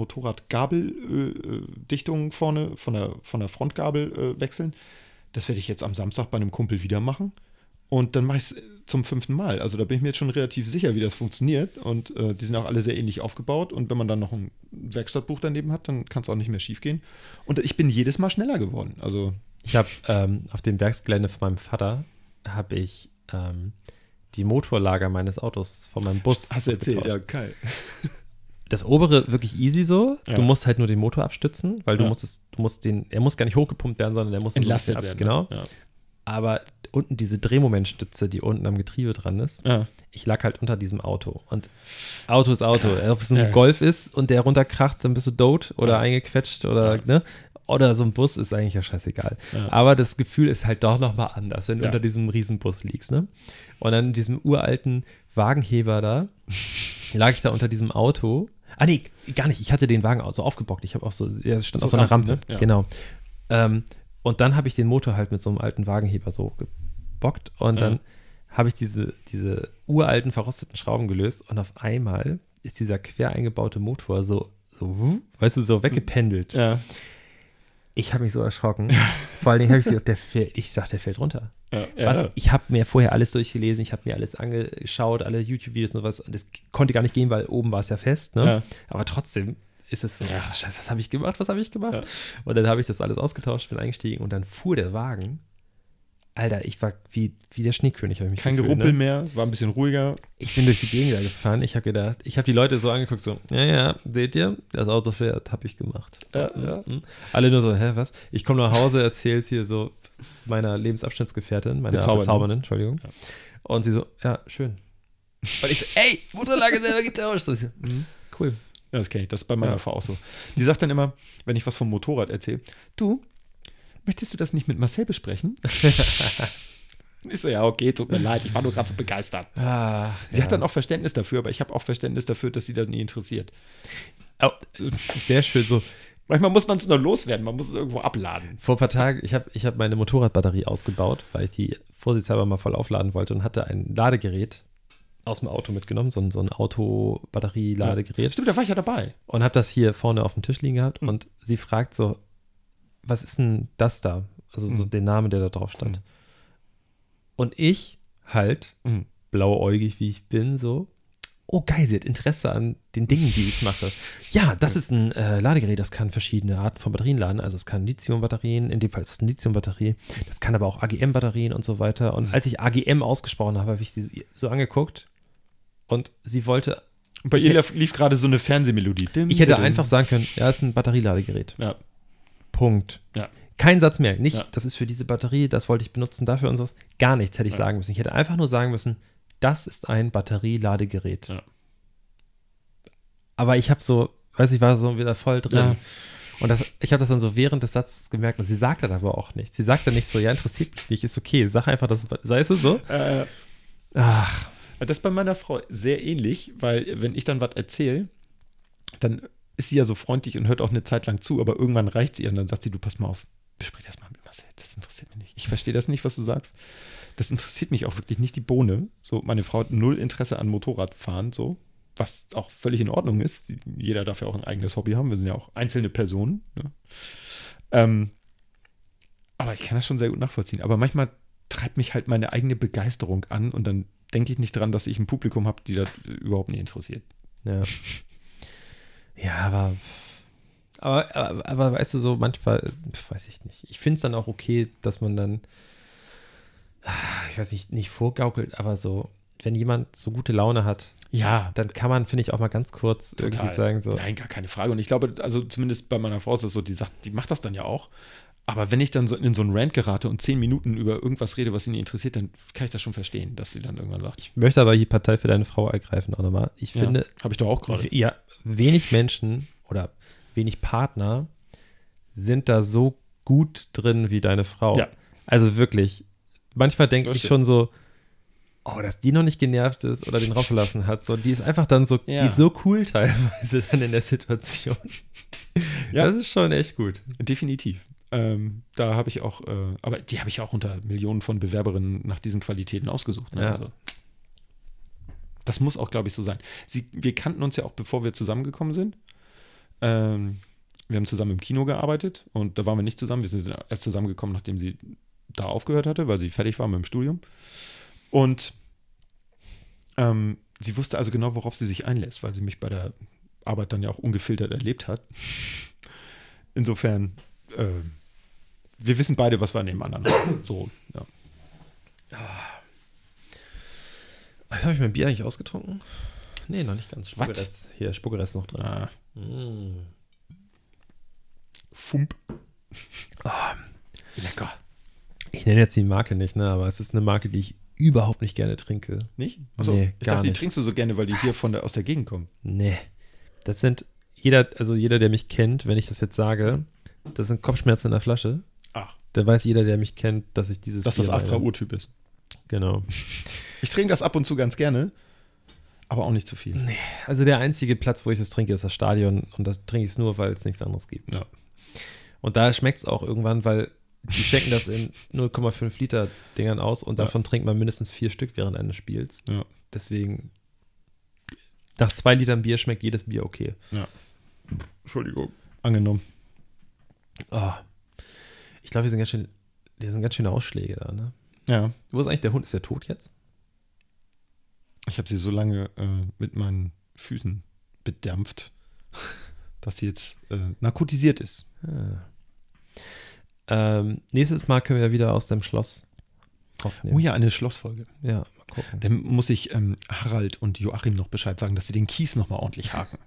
Motorrad-Gabel-Dichtung vorne von der, von der Frontgabel äh, wechseln. Das werde ich jetzt am Samstag bei einem Kumpel wieder machen. Und dann mache ich es zum fünften Mal. Also da bin ich mir jetzt schon relativ sicher, wie das funktioniert. Und äh, die sind auch alle sehr ähnlich aufgebaut. Und wenn man dann noch ein Werkstattbuch daneben hat, dann kann es auch nicht mehr schief gehen. Und ich bin jedes Mal schneller geworden. Also Ich habe ähm, auf dem Werksgelände von meinem Vater habe ich ähm, die Motorlager meines Autos von meinem Bus hast du erzählt, ausgetauscht. ja, geil. Das obere wirklich easy so. Ja. Du musst halt nur den Motor abstützen, weil du Ja. musst es, du musst den, er muss gar nicht hochgepumpt werden, sondern er muss so ein Entlastet bisschen werden. Genau. Ja. Aber unten diese Drehmomentstütze, die unten am Getriebe dran ist, Ja. ich lag halt unter diesem Auto. Und Auto ist Auto. Ja. Ob es ein Ja. Golf ist und der runterkracht, dann bist du tot oder Ja. eingequetscht oder, Ja. ne? Oder so ein Bus ist eigentlich ja scheißegal. Ja. Aber das Gefühl ist halt doch nochmal anders, wenn du Ja. unter diesem Riesenbus liegst, ne? Und dann in diesem uralten Wagenheber da, lag ich da unter diesem Auto. Ah, nee, gar nicht. Ich hatte den Wagen auch so aufgebockt. Ich habe auch so, er stand So auf so einer Rampen, Rampe. ne? Ja. Genau. Ähm, und dann habe ich den Motor halt mit so einem alten Wagenheber so gebockt und Ja. dann habe ich diese, diese uralten, verrosteten Schrauben gelöst und auf einmal ist dieser quer eingebaute Motor so, so, wuh, weißt du, so weggependelt. Ja. Ich habe mich so erschrocken. Vor allen Dingen habe ich gesagt, der fällt, ich dachte, der fällt runter. Ja. Was? Ja. Ich habe mir vorher alles durchgelesen, ich habe mir alles angeschaut, alle YouTube-Videos und was. Und das konnte gar nicht gehen, weil oben war es ja fest. Ne? Ja. Aber trotzdem ist es so, Ja. ach, Scheiße, was habe ich gemacht, was habe ich gemacht? Ja. Und dann habe ich das alles ausgetauscht, bin eingestiegen und dann fuhr der Wagen. Alter, ich war wie, wie der Schneekönig. Hab ich mich Kein gefühlt, Gerumpel ne? mehr, war ein bisschen ruhiger. Ich bin durch die Gegend da gefahren. Ich habe gedacht, ich habe die Leute so angeguckt, so, ja, ja, seht ihr, das Auto fährt, habe ich gemacht. Ja, ja. Mhm. Alle nur so, hä, was? Ich komme nach Hause, erzähle es hier so meiner Lebensabschnittsgefährtin, meiner Bezaubernden. Bezaubernden, Entschuldigung. Ja. Und sie so, ja, schön. Und ich so, ey, Motorlage selber getauscht. Und ich so, mhm, cool. Ja, das kenne ich. Das ist bei meiner Ja. Frau auch so. Die sagt dann immer, wenn ich was vom Motorrad erzähle, du, möchtest du das nicht mit Marcel besprechen? Ich so, ja, okay, tut mir leid, ich war nur gerade so begeistert. Ah, Sie hat dann auch Verständnis dafür, aber ich habe auch Verständnis dafür, dass sie das nie interessiert. oh, sehr schön so. Manchmal muss man es nur loswerden, man muss es irgendwo abladen. Vor ein paar Tagen, ich habe ich hab meine Motorradbatterie ausgebaut, weil ich die vorsichtshalber mal voll aufladen wollte und hatte ein Ladegerät aus dem Auto mitgenommen, so ein, so ein Auto-Batterie-Ladegerät. Stimmt, da war ich ja dabei. Und habe das hier vorne auf dem Tisch liegen gehabt Mhm. und sie fragt so, was ist denn das da? Also so Mhm. den Namen, der da drauf stand. Mhm. Und ich halt, Mhm. blauäugig wie ich bin, so, oh geil, sie hat Interesse an den Dingen, die ich mache. Ja, das ist ein äh, Ladegerät, das kann verschiedene Arten von Batterien laden. Also es kann Lithium-Batterien, in dem Fall ist es eine Lithium-Batterie, das kann aber auch A G M-Batterien und so weiter. Und Mhm. als ich A G M ausgesprochen habe, habe ich sie so angeguckt und sie wollte, Und bei Ich ihr hätte- lief, lief gerade so eine Fernsehmelodie. Dim, ich hätte dim. einfach sagen können, ja, es ist ein Batterieladegerät. Ja, Punkt. ja. Kein Satz mehr. Nicht, Ja. das ist für diese Batterie, das wollte ich benutzen dafür und so. Gar nichts hätte ich Ja. sagen müssen. Ich hätte einfach nur sagen müssen, das ist ein Batterieladegerät. Ja. Aber ich habe so, weiß ich, war so wieder voll drin. Ja. Und das, ich habe das dann so während des Satzes gemerkt und sie sagte dann aber auch nichts. Sie sagte nicht so, ja, interessiert mich nicht, ist okay. Sag einfach, dass es, weißt du, so. Äh, Ach, Das ist bei meiner Frau sehr ähnlich, weil wenn ich dann was erzähle, dann ist sie ja so freundlich und hört auch eine Zeit lang zu, aber irgendwann reicht sie ihr und dann sagt sie, du pass mal auf, besprich das mal mit Marcel, das interessiert mich nicht. Ich verstehe das nicht, was du sagst. Das interessiert mich auch wirklich nicht die Bohne. So, meine Frau hat null Interesse an Motorradfahren, so, was auch völlig in Ordnung ist. Jeder darf ja auch ein eigenes Hobby haben, wir sind ja auch einzelne Personen. Ne? Ähm, Aber ich kann das schon sehr gut nachvollziehen. Aber manchmal treibt mich halt meine eigene Begeisterung an und dann denke ich nicht dran, dass ich ein Publikum habe, die das überhaupt nicht interessiert. Ja. Ja, aber, aber, aber, aber weißt du, so manchmal, weiß ich nicht. Ich finde es dann auch okay, dass man dann, ich weiß nicht, nicht vorgaukelt, aber so, wenn jemand so gute Laune hat, Ja, dann kann man, finde ich, auch mal ganz kurz total. irgendwie sagen, so, Nein, gar keine Frage. Und ich glaube, also zumindest bei meiner Frau ist das so, die sagt, die macht das dann ja auch. Aber wenn ich dann so in so einen Rant gerate und zehn Minuten über irgendwas rede, was sie nicht interessiert, dann kann ich das schon verstehen, dass sie dann irgendwann sagt. ich möchte aber die Partei für deine Frau ergreifen auch nochmal. Ich Ja, finde, habe ich doch auch gerade. ja, wenig Menschen oder wenig Partner sind da so gut drin wie deine Frau. Ja. Also wirklich. Manchmal denke Das ich stimmt. schon so, oh, dass die noch nicht genervt ist oder den Raum verlassen hat. So, die ist einfach dann so, Ja. die ist so cool teilweise dann in der Situation. Ja. Das ist schon echt gut. Definitiv. Ähm, da habe ich auch, äh, aber die habe ich auch unter Millionen von Bewerberinnen nach diesen Qualitäten ausgesucht. Ne? Ja. Also, das muss auch, glaube ich, so sein. Sie, wir kannten uns ja auch, bevor wir zusammengekommen sind. Ähm, wir haben zusammen im Kino gearbeitet und da waren wir nicht zusammen. Wir sind erst zusammengekommen, nachdem sie da aufgehört hatte, weil sie fertig war mit dem Studium. Und ähm, sie wusste also genau, worauf sie sich einlässt, weil sie mich bei der Arbeit dann ja auch ungefiltert erlebt hat. Insofern, äh, wir wissen beide, was wir an dem anderen haben. So, ja. Was habe ich mein Bier eigentlich ausgetrunken? Nee, noch nicht ganz. Was? Spuckerest. Hier, Spuckerest noch drin. Ah, Mm. Fump. Lecker. Ich nenne jetzt die Marke nicht, ne, aber es ist eine Marke, die ich überhaupt nicht gerne trinke. Nicht? Achso, Nee, ich gar dachte, die nicht. trinkst du so gerne, weil die hier von der, aus der Gegend kommen. Nee. Das sind, jeder, also jeder, der mich kennt, wenn ich das jetzt sage, das sind Kopfschmerzen in der Flasche. Ach, Da weiß jeder, der mich kennt, dass ich dieses dass das Bier meine. Astra-Urtyp ist. Genau. Ich trinke das ab und zu ganz gerne, aber auch nicht zu viel. Also der einzige Platz, wo ich das trinke, ist das Stadion und da trinke ich es nur, weil es nichts anderes gibt. Ja. Und da schmeckt es auch irgendwann, weil die schenken das in null Komma fünf Liter Dingern aus und Ja. davon trinkt man mindestens vier Stück während eines Spiels. Ja. Deswegen, nach zwei Litern Bier schmeckt jedes Bier okay. Entschuldigung. Angenommen. Oh. Ich glaube, wir sind ganz schön, wir sind ganz schöne Ausschläge da, ne? Ja. Wo ist eigentlich der Hund? Ist der tot jetzt? Ich habe sie so lange äh, mit meinen Füßen bedampft, dass sie jetzt äh, narkotisiert ist. Ah. Ähm, nächstes Mal können wir ja wieder aus dem Schloss aufnehmen. Oh ja, eine Schlossfolge. Ja, mal gucken. Dann muss ich ähm, Harald und Joachim noch Bescheid sagen, dass sie den Kies nochmal ordentlich haken.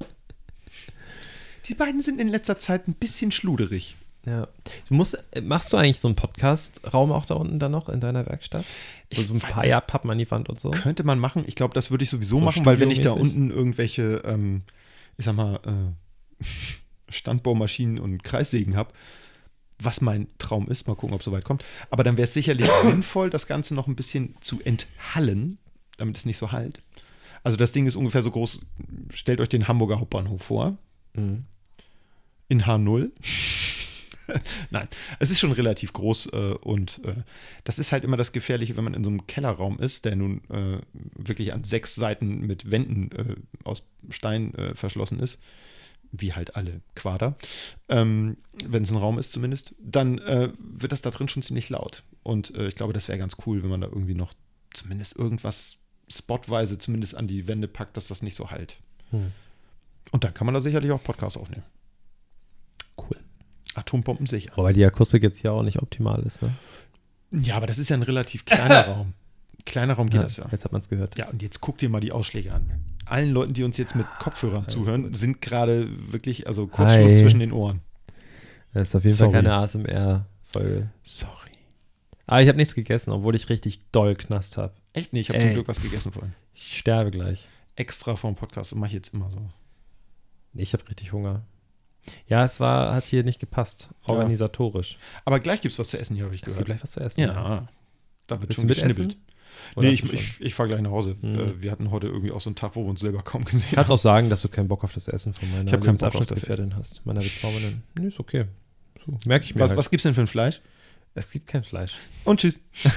Die beiden sind in letzter Zeit ein bisschen schluderig. Ja. Du musst, äh, machst du eigentlich so einen Podcast-Raum auch da unten dann noch in deiner Werkstatt? So, Ich so ein weiß- paar Jahr Pappen an die Wand und so? Könnte man machen. Ich glaube, das würde ich sowieso So machen, weil wenn ich da studiomäßig? unten irgendwelche, ähm, ich sag mal, äh, Standbohrmaschinen und Kreissägen habe, was mein Traum ist, mal gucken, ob es soweit kommt. Aber dann wäre es sicherlich sinnvoll, das Ganze noch ein bisschen zu enthallen, damit es nicht so halt. Also das Ding ist ungefähr so groß, stellt euch den Hamburger Hauptbahnhof vor, Mhm. in H null. Nein, es ist schon relativ groß äh, und äh, das ist halt immer das Gefährliche, wenn man in so einem Kellerraum ist, der nun äh, wirklich an sechs Seiten mit Wänden äh, aus Stein äh, verschlossen ist, wie halt alle Quader, ähm, wenn es ein Raum ist zumindest, dann äh, wird das da drin schon ziemlich laut. Und äh, ich glaube, das wäre ganz cool, wenn man da irgendwie noch zumindest irgendwas spotweise zumindest an die Wände packt, dass das nicht so halt. Hm. Und dann kann man da sicherlich auch Podcasts aufnehmen. Cool. Atombomben sicher. Wobei die Akustik jetzt hier auch nicht optimal ist, ne? Ja, aber das ist ja ein relativ kleiner Raum. Kleiner Raum geht das ja. Jetzt hat man es gehört. Ja, und jetzt guck dir mal die Ausschläge an. Allen Leuten, die uns jetzt mit Kopfhörern Alles zuhören, gut. sind gerade wirklich, also Kurzschluss Hi. zwischen den Ohren. Das ist auf jeden Sorry. Fall keine A S M R-Folge. Sorry. Aber ich habe nichts gegessen, obwohl ich richtig doll Knast habe. Echt? Nee, ich habe Ey. zum Glück was gegessen vorhin. Ich sterbe gleich. Extra vom Podcast. Das mache ich jetzt immer so. Ich habe richtig Hunger. Ja, es war, hat hier nicht gepasst, organisatorisch. Aber gleich gibt es was zu essen hier, habe ich Es gibt gehört. gleich was zu essen. Ja, da wird Willst schon du mitessen? geschnibbelt. Oder Nee, hast ich, du ich, schon? ich fahre gleich nach Hause. Mhm. Äh, wir hatten heute irgendwie auch so einen Tag, wo wir uns selber kaum gesehen Du kannst haben. auch sagen, dass du keinen Bock auf das Essen von meiner Ich hab keinen Bock auf das Lebensabschnittsgefährtin hast. Meiner Bezaubernden. Nee, ist okay. So, merke ich mir Was, halt. was gibt's denn für ein Fleisch? Es gibt kein Fleisch. Und tschüss.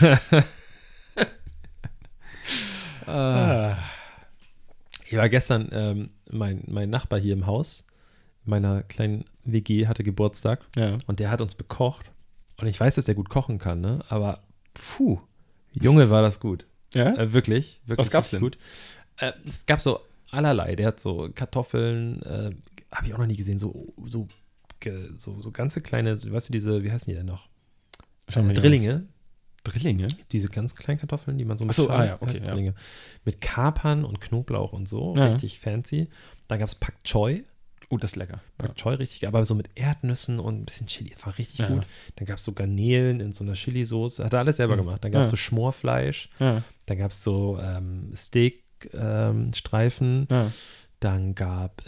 Ah. Ah. Ich war gestern, ähm, mein, mein Nachbar hier im Haus, meiner kleinen W G, hatte Geburtstag Ja. und der hat uns bekocht. Und ich weiß, dass der gut kochen kann, ne? Aber puh, Junge, war das gut. Ja? Äh, wirklich, wirklich. Was gab's denn? Gut. Äh, es gab so allerlei. Der hat so Kartoffeln, äh, habe ich auch noch nie gesehen, so, so, ge, so, so ganze kleine, so, weißt du, diese, wie heißen die denn noch? Schauen wir Äh, hier Drillinge. Drillinge? Diese ganz kleinen Kartoffeln, die man so mit Ach so, Schale ah isst, ja, die heißen okay, ja. Drillinge. Mit Kapern und Knoblauch und so, Ja. richtig fancy. Dann gab es Pak Choi. Oh, das ist lecker. Ja. Pak Choi richtig, aber so mit Erdnüssen und ein bisschen Chili. Das war richtig Ja. gut. Dann gab es so Garnelen in so einer Chili-Soße. Hat er alles selber Mhm. gemacht. Dann gab es Ja. so Schmorfleisch. Ja. Dann gab es so ähm, Steak-Streifen. Ja. Dann gab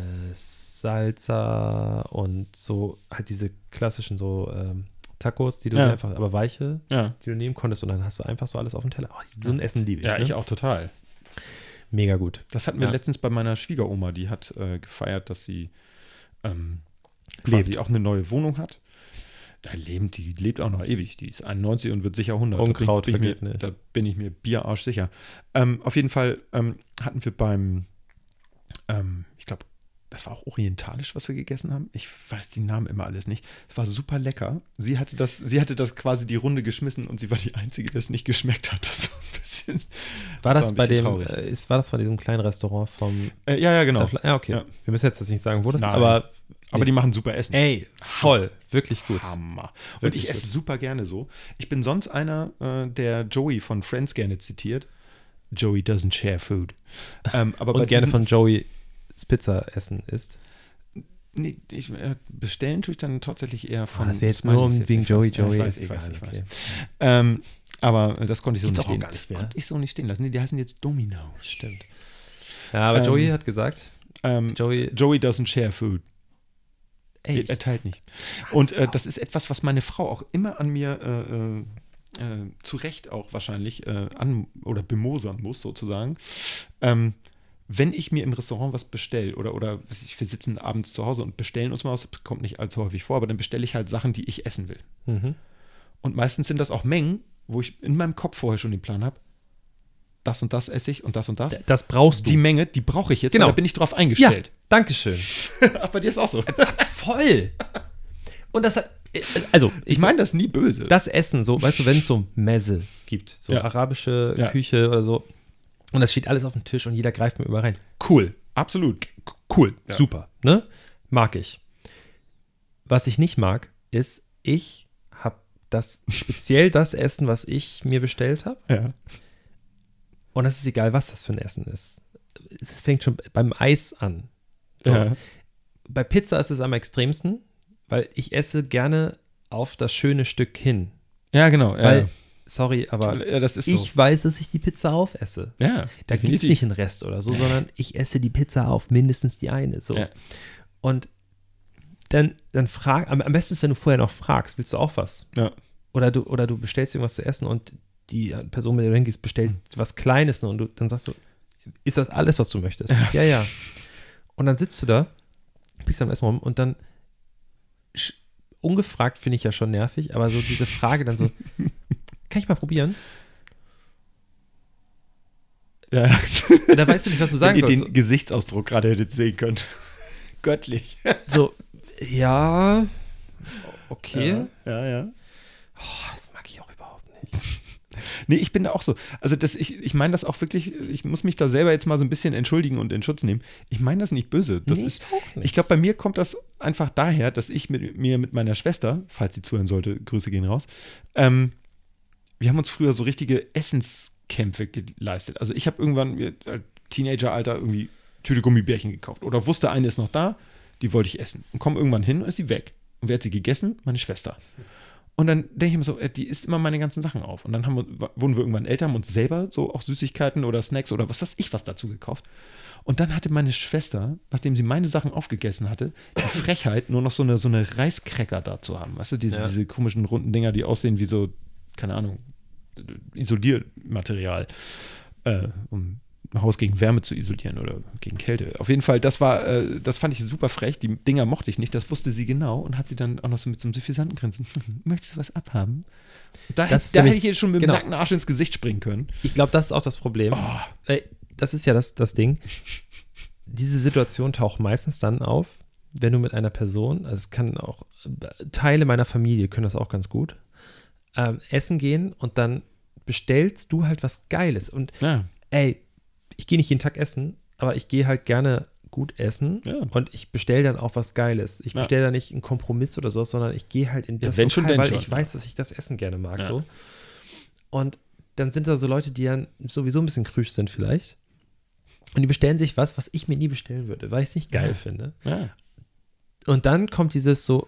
es Salsa und so halt diese klassischen so ähm, Tacos, die du Ja. dir einfach, aber weiche, Ja. die du nehmen konntest und dann hast du einfach so alles auf dem Teller. Oh, so ein Essen liebe ich. Ja, ne? ich auch total. Mega gut. Das hatten wir Ja. letztens bei meiner Schwiegeroma, die hat äh, gefeiert, dass sie ähm, quasi auch eine neue Wohnung hat. Da lebt, die lebt auch noch ewig. Die ist einundneunzig und wird sicher hundert. Unkraut da bin, bin ich vergeht mir, nicht. Da bin ich mir bierarsch sicher. Ähm, auf jeden Fall ähm, hatten wir beim, ähm, ich glaube, das war auch orientalisch, was wir gegessen haben. Ich weiß die Namen immer alles nicht. Es war super lecker. Sie hatte das, sie hatte das quasi die Runde geschmissen und sie war die Einzige, die es nicht geschmeckt hat. Das war ein bisschen. War das, ein bei bisschen dem, traurig. äh, ist, war das bei diesem kleinen Restaurant vom Äh, ja, ja, genau. Darf- Ja, okay. Ja. Wir müssen jetzt das nicht sagen, wo das ist, Nein. aber Aber die machen super Essen. ey, voll, wirklich gut. Hammer. Und Wirklich ich esse gut. super gerne so. Ich bin sonst einer, äh, der Joey von Friends gerne zitiert. Joey doesn't share food. Ähm, aber bei Und gerne diesem- von Joey Pizza essen isst. Nee, ich, äh, bestellen tue ich dann tatsächlich eher von. Ah, das wäre jetzt Smileys nur um jetzt. wegen Ich Joey, weiß, ja, Joey. Ich weiß, ist ich weiß, egal, ich weiß. okay. Ähm, aber äh, das konnte ich so Gibt's nicht auch stehen. gar nicht das mehr. konnte ich so nicht stehen lassen. Nee, die heißen jetzt Domino's. Stimmt. Ja, aber Ähm, Joey hat gesagt, Ähm, Joey, Joey doesn't share food. ey, Er teilt nicht. das Und ist äh, auch- das ist etwas, was meine Frau auch immer an mir äh, äh, äh, zu Recht auch wahrscheinlich äh, an oder bemosern muss, sozusagen. Ähm, wenn ich mir im Restaurant was bestelle oder, oder wir sitzen abends zu Hause und bestellen uns mal was, das kommt nicht allzu häufig vor, aber dann bestelle ich halt Sachen, die ich essen will. Mhm. Und meistens sind das auch Mengen, wo ich in meinem Kopf vorher schon den Plan habe, das und das esse ich und das und das. Das brauchst du. Die Menge, die brauche ich jetzt, Genau. weil da bin ich drauf ja, eingestellt. Dankeschön. Ach, bei dir ist auch so. Voll. Und das hat, also, Ich meine das nie böse. das Essen, so, weißt du, wenn es so Mezze gibt, so Ja. arabische Ja. Küche oder so, und das steht alles auf dem Tisch und jeder greift mir überall rein. Cool, Absolut. cool, Ja. super, ne? Mag ich. Was ich nicht mag, ist, ich habe das, speziell das Essen, was ich mir bestellt habe, Ja. und das ist egal, was das für ein Essen ist. Es fängt schon beim Eis an. So. Ja. Bei Pizza ist es am extremsten, weil ich esse gerne auf das schöne Stück hin. Ja, genau. Ja. Weil, sorry, aber ja, das ist ich so. weiß, dass ich die Pizza aufesse. Ja, Da gibt es definitiv. nicht einen Rest oder so, sondern ich esse die Pizza auf, mindestens die eine. So. Ja. Und dann, dann frag, am, am besten ist, wenn du vorher noch fragst, willst du auch was? Ja. Oder du, oder du bestellst irgendwas zu essen und die Person, mit der du hingehst, bestellt was Kleines nur und du, dann sagst du, ist das alles, was du möchtest? Ja, ja. ja. Und dann sitzt du da, piekst am Essen rum und dann sch- ungefragt finde ich ja schon nervig, aber so diese Frage dann so, kann ich mal probieren? Ja. Und da weißt du nicht, was du Wenn sagen ihr sollst. den Gesichtsausdruck gerade hättet sehen können. Göttlich. So, ja, okay. Ja, ja. Oh, das mag ich auch überhaupt nicht. Nee, ich bin da auch so. Also das, ich, ich meine das auch wirklich, ich muss mich da selber jetzt mal so ein bisschen entschuldigen und in Schutz nehmen. Ich meine das nicht böse. Das Nee, ist, ich auch nicht. ich glaube, bei mir kommt das einfach daher, dass ich mit mir mit meiner Schwester, falls sie zuhören sollte, Grüße gehen raus, ähm, wir haben uns früher so richtige Essenskämpfe geleistet. Also ich habe irgendwann mir, als Teenageralter irgendwie Tüte Gummibärchen gekauft oder wusste, eine ist noch da, die wollte ich essen. Und komme irgendwann hin und ist sie weg. Und wer hat sie gegessen? Meine Schwester. Und dann denke ich mir so, äh, die isst immer meine ganzen Sachen auf. Und dann haben wir, wurden wir irgendwann älter, haben uns selber so auch Süßigkeiten oder Snacks oder was weiß ich was dazu gekauft. Und dann hatte meine Schwester, nachdem sie meine Sachen aufgegessen hatte, die Frechheit, nur noch so eine, so eine Reiskräcker da zu haben. Weißt du, diese, Ja. diese komischen runden Dinger, die aussehen wie so, keine Ahnung, Isoliermaterial, äh, um ein Haus gegen Wärme zu isolieren oder gegen Kälte. Auf jeden Fall, das war, äh, das fand ich super frech. Die Dinger mochte ich nicht, das wusste sie genau und hat sie dann auch noch so mit so einem suffisanten Grinsen. Möchtest du was abhaben? Da, Das ist da nämlich- hätte ich ihr schon mit dem genau. nackten Arsch ins Gesicht springen können. Ich glaube, das ist auch das Problem. Äh, Das ist ja das, das Ding. Diese Situation taucht meistens dann auf, wenn du mit einer Person, also es kann auch Teile meiner Familie können das auch ganz gut. Ähm, essen gehen und dann bestellst du halt was Geiles. Und Ja. ey, ich gehe nicht jeden Tag essen, aber ich gehe halt gerne gut essen Ja. und ich bestelle dann auch was Geiles. Ich Ja. bestelle da nicht einen Kompromiss oder so, sondern ich gehe halt in das wenn schon, Lokal, denn weil schon, ich ja. weiß, dass ich das Essen gerne mag. Ja. So. Und dann sind da so Leute, die dann sowieso ein bisschen krüsch sind vielleicht. Und die bestellen sich was, was ich mir nie bestellen würde, weil ich es nicht geil Ja. finde. Ja. Und dann kommt dieses so,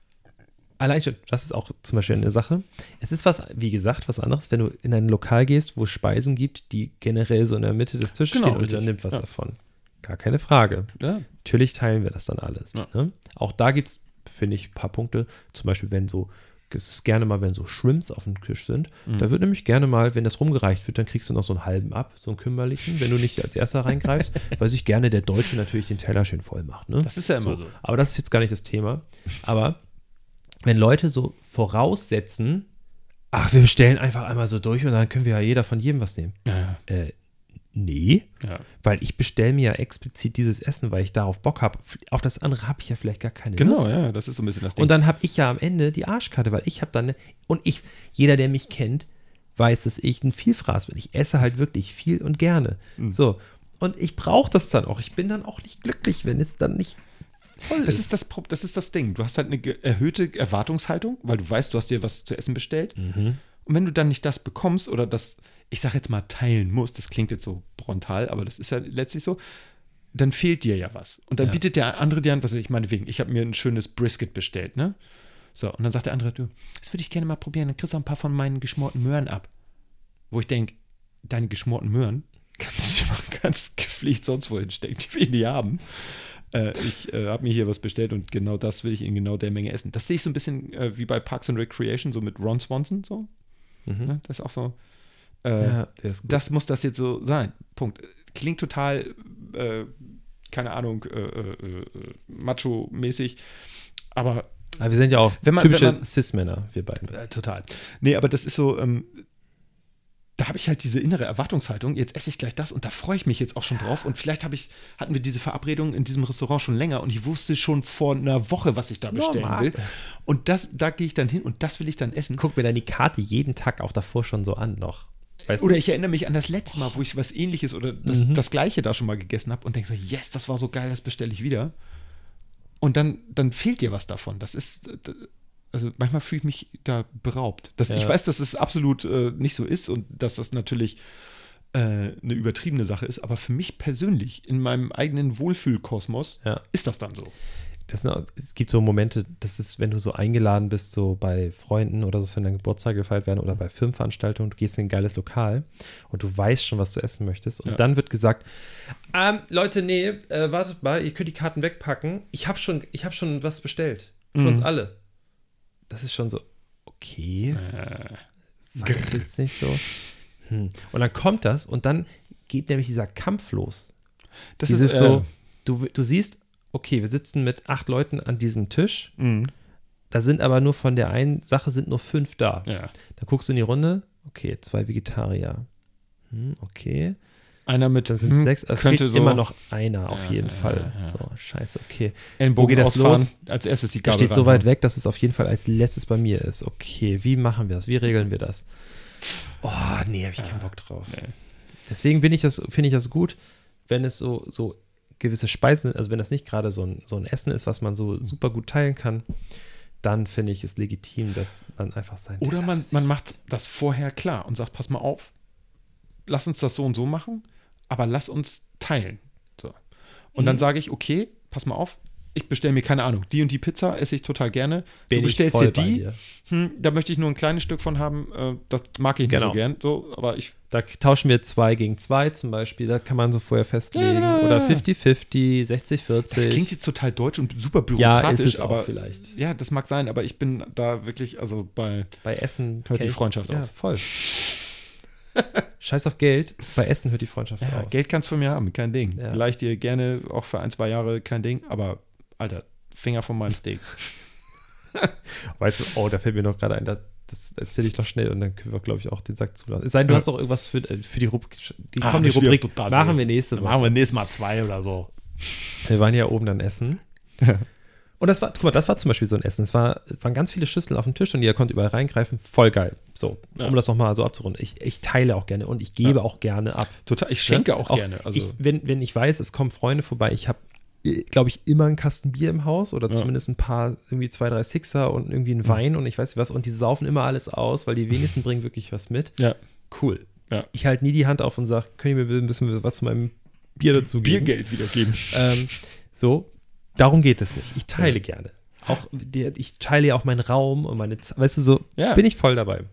allein schon, das ist auch zum Beispiel eine Sache. Es ist was, wie gesagt, was anderes, wenn du in ein Lokal gehst, wo es Speisen gibt, die generell so in der Mitte des Tisches Genau, stehen und richtig. dann nimmt was Ja. davon. Gar keine Frage. Ja. Natürlich teilen wir das dann alles. Ja. Ne? Auch da gibt es, finde ich, ein paar Punkte. Zum Beispiel, wenn so, es ist gerne mal, wenn so Shrimps auf dem Tisch sind. Mhm. Da wird nämlich gerne mal, wenn das rumgereicht wird, dann kriegst du noch so einen halben ab, so einen kümmerlichen, wenn du nicht als erster reingreifst, weil sich gerne der Deutsche natürlich den Teller schön voll macht. Ne? Das ist ja immer so. Aber das ist jetzt gar nicht das Thema. Aber wenn Leute so voraussetzen, ach, wir bestellen einfach einmal so durch und dann können wir ja jeder von jedem was nehmen. Ja. Äh, nee, Ja. weil ich bestelle mir ja explizit dieses Essen, weil ich darauf Bock habe. Auf das andere habe ich ja vielleicht gar keine Genau, Lust. ja, das ist so ein bisschen das Ding. Und dann habe ich ja am Ende die Arschkarte, weil ich habe dann, ne, und ich, jeder, der mich kennt, weiß, dass ich ein Vielfraß bin. Ich esse halt wirklich viel und gerne. Mhm. So. Und ich brauche das dann auch. Ich bin dann auch nicht glücklich, wenn es dann nicht voll Das ist. ist das, Pro- das ist das Ding. Du hast halt eine ge- erhöhte Erwartungshaltung, weil du weißt, du hast dir was zu essen bestellt. Mhm. Und wenn du dann nicht das bekommst oder das, ich sag jetzt mal, teilen musst, das klingt jetzt so frontal, aber das ist ja letztlich so, dann fehlt dir ja was. Und dann Ja. bietet der andere dir an, was weiß ich meinetwegen, ich habe mir ein schönes Brisket bestellt, ne? So, und dann sagt der andere, du, das würde ich gerne mal probieren, dann kriegst du ein paar von meinen geschmorten Möhren ab. Wo ich denke, deine geschmorten Möhren kannst du dir mal ganz gepflegt sonst wohin stecken, die will ich nicht haben. Äh, ich äh, habe mir hier was bestellt und genau das will ich in genau der Menge essen. Das sehe ich so ein bisschen äh, wie bei Parks and Recreation, so mit Ron Swanson, so. Mhm. Ne? Das ist auch so. Äh, Ja, der ist gut. das muss das jetzt so sein. Punkt. Klingt total, äh, keine Ahnung, äh, äh, äh, macho-mäßig, aber Aber wir sind ja auch Wenn man- typische wenn man- Cis-Männer, wir beiden. äh, total. Nee, aber das ist so, ähm, da habe ich halt diese innere Erwartungshaltung, jetzt esse ich gleich das und da freue ich mich jetzt auch schon drauf und vielleicht habe ich, hatten wir diese Verabredung in diesem Restaurant schon länger und ich wusste schon vor einer Woche, was ich da bestellen Normal. will und das, da gehe ich dann hin und das will ich dann essen. Guck mir dann die Karte jeden Tag auch davor schon so an noch. Weißt Oder du? ich erinnere mich an das letzte Mal, wo ich was Ähnliches oder das, Mhm. das Gleiche da schon mal gegessen habe und denke so, yes, das war so geil, das bestelle ich wieder. Und dann, dann fehlt dir was davon. Das ist, äh, also manchmal fühle ich mich da beraubt. Das, Ja. Ich weiß, dass es absolut äh, nicht so ist und dass das natürlich äh, eine übertriebene Sache ist, aber für mich persönlich, in meinem eigenen Wohlfühlkosmos, Ja. ist das dann so. Das sind, auch- es gibt so Momente, das ist, wenn du so eingeladen bist, so bei Freunden oder so, wenn deine Geburtstage gefeiert werden oder bei Firmenveranstaltungen, du gehst in ein geiles Lokal und du weißt schon, was du essen möchtest. Und Ja. dann wird gesagt, ähm, Leute, nee, äh, wartet mal, ihr könnt die Karten wegpacken. Ich habe schon, ich hab schon was bestellt. Für Mhm. uns alle. Das ist schon so, okay, Äh, war das jetzt nicht so? Hm. Und dann kommt das und dann geht nämlich dieser Kampf los. das Dieses ist so, äh, du, du siehst, okay, wir sitzen mit acht Leuten an diesem Tisch. mh, Da sind aber nur von der einen Sache sind nur fünf da. ja. Dann guckst du in die Runde, okay, zwei Vegetarier. Hm, okay. Einer mit Dann sind es hm, sechs, also könnte fehlt so immer noch einer auf Ja, jeden ja, Fall. ja, ja. So, scheiße, okay. Ellenbogen Wo geht das ausfahren, los? als erstes die Der Gabel steht so weit reinhauen. weg, dass es auf jeden Fall als letztes bei mir ist. Okay, wie machen wir das? Wie regeln wir das? Oh, nee, habe ich keinen Bock drauf. Nee. Deswegen bin ich das, finde ich das gut, wenn es so, so gewisse Speisen sind, also wenn das nicht gerade so ein, so ein Essen ist, was man so super gut teilen kann, dann finde ich es legitim, dass man einfach sein Oder Teller man, für sich- man macht das vorher klar und sagt, pass mal auf, lass uns das so und so machen, aber lass uns teilen. So. Und Mhm. dann sage ich, okay, pass mal auf, ich bestelle mir, keine Ahnung, die und die Pizza esse ich total gerne. Bin du ich bestellst voll dir bei die, dir. hm, da möchte ich nur ein kleines Stück von haben, äh, das mag ich nicht Genau. so gern, so, aber ich, Da tauschen wir zwei gegen zwei zum Beispiel, da kann man so vorher festlegen. Ja, genau, Oder ja. fünfzig fünfzig, sechzig vierzig. das klingt jetzt total deutsch und super ja, bürokratisch, ist es auch aber vielleicht. ja, das mag sein, aber ich bin da wirklich, also bei, Bei Essen Hört die kenn ich- Freundschaft ja, auf. voll. Scheiß auf Geld, bei Essen hört die Freundschaft ja, auf. Geld kannst du von mir haben, kein Ding. Ja. Leih ich dir gerne auch für ein, zwei Jahre, kein Ding, aber Alter, Finger von meinem Steak. Weißt du, oh, da fällt mir noch gerade ein, da, das erzähle ich noch schnell und dann können wir, glaube ich, auch den Sack zulassen. Es sei denn, du Ja. hast doch irgendwas für, äh, für die Rubrik. Die, Ah, komm, die das wird Rubrik total machen wir vergessen. nächste Dann Woche. machen wir nächstes Mal zwei oder so. Wir waren ja oben dann essen. Und das war, guck mal, das war zum Beispiel so ein Essen. Es, war, es waren ganz viele Schüsseln auf dem Tisch und jeder konnte überall reingreifen. Voll geil. So, Ja. um das nochmal so abzurunden. Ich, ich teile auch gerne und ich gebe Ja. auch gerne ab. Total, ich schenke Ja? auch, gerne. Also, ich, wenn, wenn ich weiß, es kommen Freunde vorbei, ich habe, glaube ich, immer einen Kasten Bier im Haus oder Ja. zumindest ein paar, irgendwie zwei, drei Sixer und irgendwie einen Wein und ich weiß nicht was. Und die saufen immer alles aus, weil die wenigsten bringen wirklich was mit. ja. Cool. Ja. Ich halte nie die Hand auf und sage, können ihr mir ein bisschen was zu meinem Bier dazu geben? Biergeld wiedergeben. Ähm, so, darum geht es nicht. Ich teile Ja. gerne. Auch der, ich teile ja auch meinen Raum und meine Z- weißt du, so Ja. bin ich voll dabei.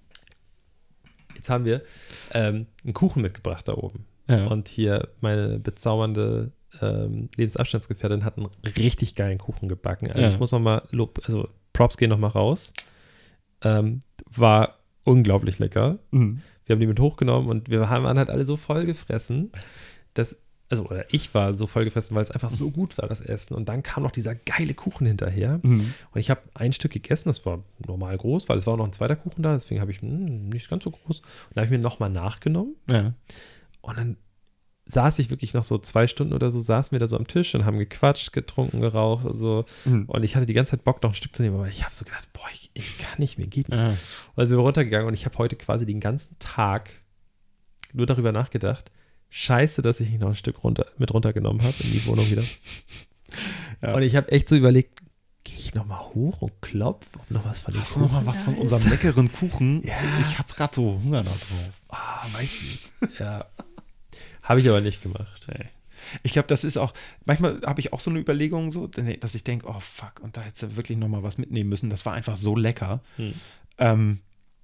Jetzt haben wir ähm, einen Kuchen mitgebracht da oben. Ja. Und hier meine bezaubernde ähm, Lebensabstandsgefährtin hat einen richtig geilen Kuchen gebacken. Also Ja. ich muss nochmal Lob, also Props gehen nochmal raus. Ähm, war unglaublich lecker. Mhm. Wir haben die mit hochgenommen und wir haben waren halt alle so voll gefressen, dass, also, oder ich war so voll gefressen, weil es einfach so gut war, das Essen. Und dann kam noch dieser geile Kuchen hinterher. Mhm. Und ich habe ein Stück gegessen, das war normal groß, weil es war auch noch ein zweiter Kuchen da, deswegen habe ich, mh, nicht ganz so groß. Und da habe ich mir nochmal nachgenommen. Ja. Und dann saß ich wirklich noch so zwei Stunden oder so, saßen wir da so am Tisch und haben gequatscht, getrunken, geraucht und so. Mhm. Und ich hatte die ganze Zeit Bock, noch ein Stück zu nehmen, aber ich habe so gedacht, boah, ich, ich kann nicht mehr, geht nicht. Ja. Also sind wir runtergegangen und ich habe heute quasi den ganzen Tag nur darüber nachgedacht, scheiße, dass ich nicht noch ein Stück runter, mit runtergenommen habe in die Wohnung wieder. Ja. Und ich habe echt so überlegt, gehe ich nochmal hoch und klopfe, ob noch was von dem Hast du noch mal was von unserem leckeren Kuchen? Ja. Ich habe gerade so Hunger da drauf. Ah, weiß nicht. Ja. Habe ich aber nicht gemacht. Nee. Ich glaube, das ist auch, manchmal habe ich auch so eine Überlegung, so, dass ich denke, oh fuck, und da hättest du wirklich noch mal was mitnehmen müssen. Das war einfach so lecker. Hm. Ähm,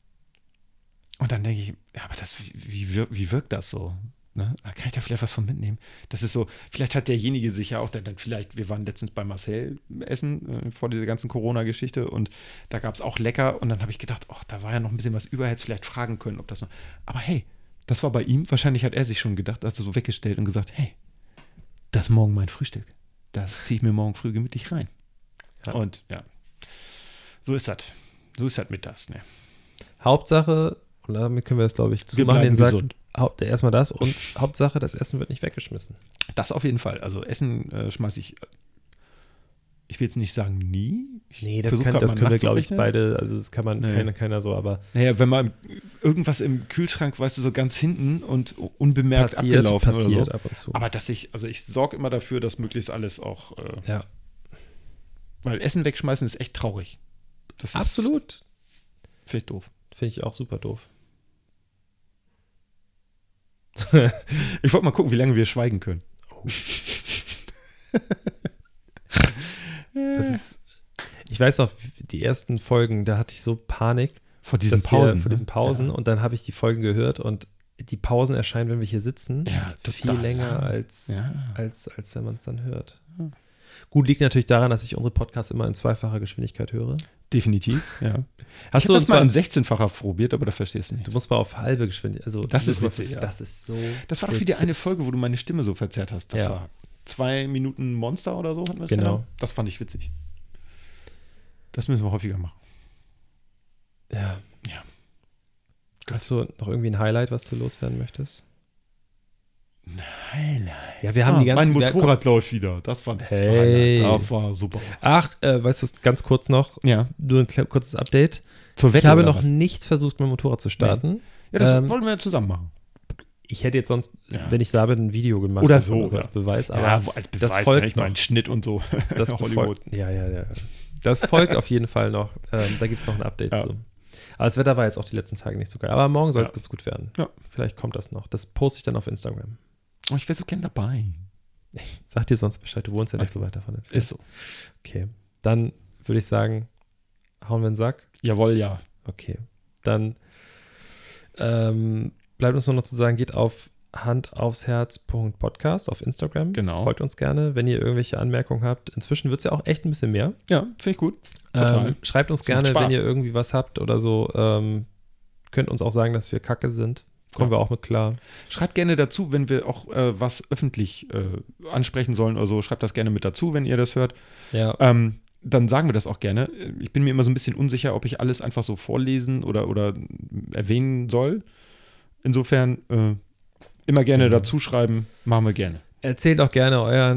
und dann denke ich, ja, aber das, wie, wie, wirkt, wie wirkt das so? Ne? Kann ich da vielleicht was von mitnehmen? Das ist so, vielleicht hat derjenige sich ja auch, der dann vielleicht, wir waren letztens bei Marcel essen, äh, vor dieser ganzen Corona-Geschichte und da gab es auch lecker und dann habe ich gedacht, ach, da war ja noch ein bisschen was über, hätte vielleicht fragen können, ob das noch, aber hey, das war bei ihm, wahrscheinlich hat er sich schon gedacht, also so weggestellt und gesagt, hey, das ist morgen mein Frühstück. Das ziehe ich mir morgen früh gemütlich rein. Ja. Und ja, so ist das. So ist das mit das, ne? Hauptsache, und damit können wir das, glaube ich, Wir zumachen, bleiben den Sack. gesund. Haupt, erstmal das und Hauptsache, das Essen wird nicht weggeschmissen. Das auf jeden Fall. Also Essen äh, schmeiße ich, ich will jetzt nicht sagen nie. Ich Nee, das, versuch kann, grad das mal können wir, glaube ich, nachzurechnen. beide, also das kann man, Nee. keiner, keiner so, aber Naja, wenn man irgendwas im Kühlschrank, weißt du, so ganz hinten und unbemerkt passiert, abgelaufen passiert oder so. ab und zu. Aber dass ich, also ich sorge immer dafür, dass möglichst alles auch, äh, ja, weil Essen wegschmeißen ist echt traurig. Das ist absolut. Finde ich doof. Finde ich auch super doof. Ich wollte mal gucken, wie lange wir schweigen können. Das ist, ich weiß noch, die ersten Folgen, da hatte ich so Panik Vor diesen dass wir- Pausen. vor diesen ne? Pausen Ja. und dann habe ich die Folgen gehört und die Pausen erscheinen, wenn wir hier sitzen, Ja, viel total länger lang. als, Ja. als, als wenn man es dann hört. Gut, liegt natürlich daran, dass ich unsere Podcasts immer in zweifacher Geschwindigkeit höre. Definitiv, ja. Hast ich du habe uns das mal mal, in sechzehnfacher probiert, aber da verstehst du nicht. du musst mal auf halbe Geschwindigkeit, also Das ist mal- witzig, ja. Das ist so Das war doch wieder eine Folge, wo du meine Stimme so verzerrt hast. Das Ja. war zwei Minuten Monster oder so, hatten wir es Genau. genannt? Das fand ich witzig. Das müssen wir häufiger machen. Ja. Ja. Hast du noch irgendwie ein Highlight, was du loswerden möchtest? Highlight. Ja, wir haben Ah, die ganzen... mein wir- Motorrad läuft wieder. Das fand ich Hey. Highlight. Das war super. Ach, äh, weißt du, ganz kurz noch, Ja. nur ein kle- kurzes Update. Zur Ich habe oder noch was? nicht versucht, mein Motorrad zu starten. Ja, das ähm, wollen wir zusammen machen. Ich hätte jetzt sonst, Ja. wenn ich da bin, ein Video gemacht. Oder davon, so, also ja. als Beweis. Aber ja, als Beweis, das folgt ne? Ich meine, noch. Schnitt und so. Das Hollywood. folgt, ja, ja, ja. Das folgt auf jeden Fall noch. Ähm, da gibt es noch ein Update Ja. zu. Aber das Wetter war jetzt auch die letzten Tage nicht so geil. Aber morgen soll es Ja. ganz gut werden. Ja. Vielleicht kommt das noch. Das poste ich dann auf Instagram. Oh, ich wäre so gern dabei. Ich sag dir sonst Bescheid. Du wohnst ja nicht so weit davon entfernt. Ist so. Okay. Dann würde ich sagen, hauen wir in den Sack. Jawohl, ja. Okay. Dann ähm, bleibt uns nur noch zu sagen, geht auf handaufsherz.podcast auf Instagram. Genau. Folgt uns gerne, wenn ihr irgendwelche Anmerkungen habt. Inzwischen wird es ja auch echt ein bisschen mehr. Ja, finde ich gut. Total. Ähm, schreibt uns Das macht gerne, Spaß. wenn ihr irgendwie was habt oder so. Ähm, könnt uns auch sagen, dass wir kacke sind. Kommen Ja. wir auch mit klar. Schreibt gerne dazu, wenn wir auch äh, was öffentlich äh, ansprechen sollen oder so. Schreibt das gerne mit dazu, wenn ihr das hört. Ja. Ähm, dann sagen wir das auch gerne. Ich bin mir immer so ein bisschen unsicher, ob ich alles einfach so vorlesen oder, oder erwähnen soll. Insofern äh, immer gerne Mhm. dazu schreiben, machen wir gerne. Erzählt auch gerne euren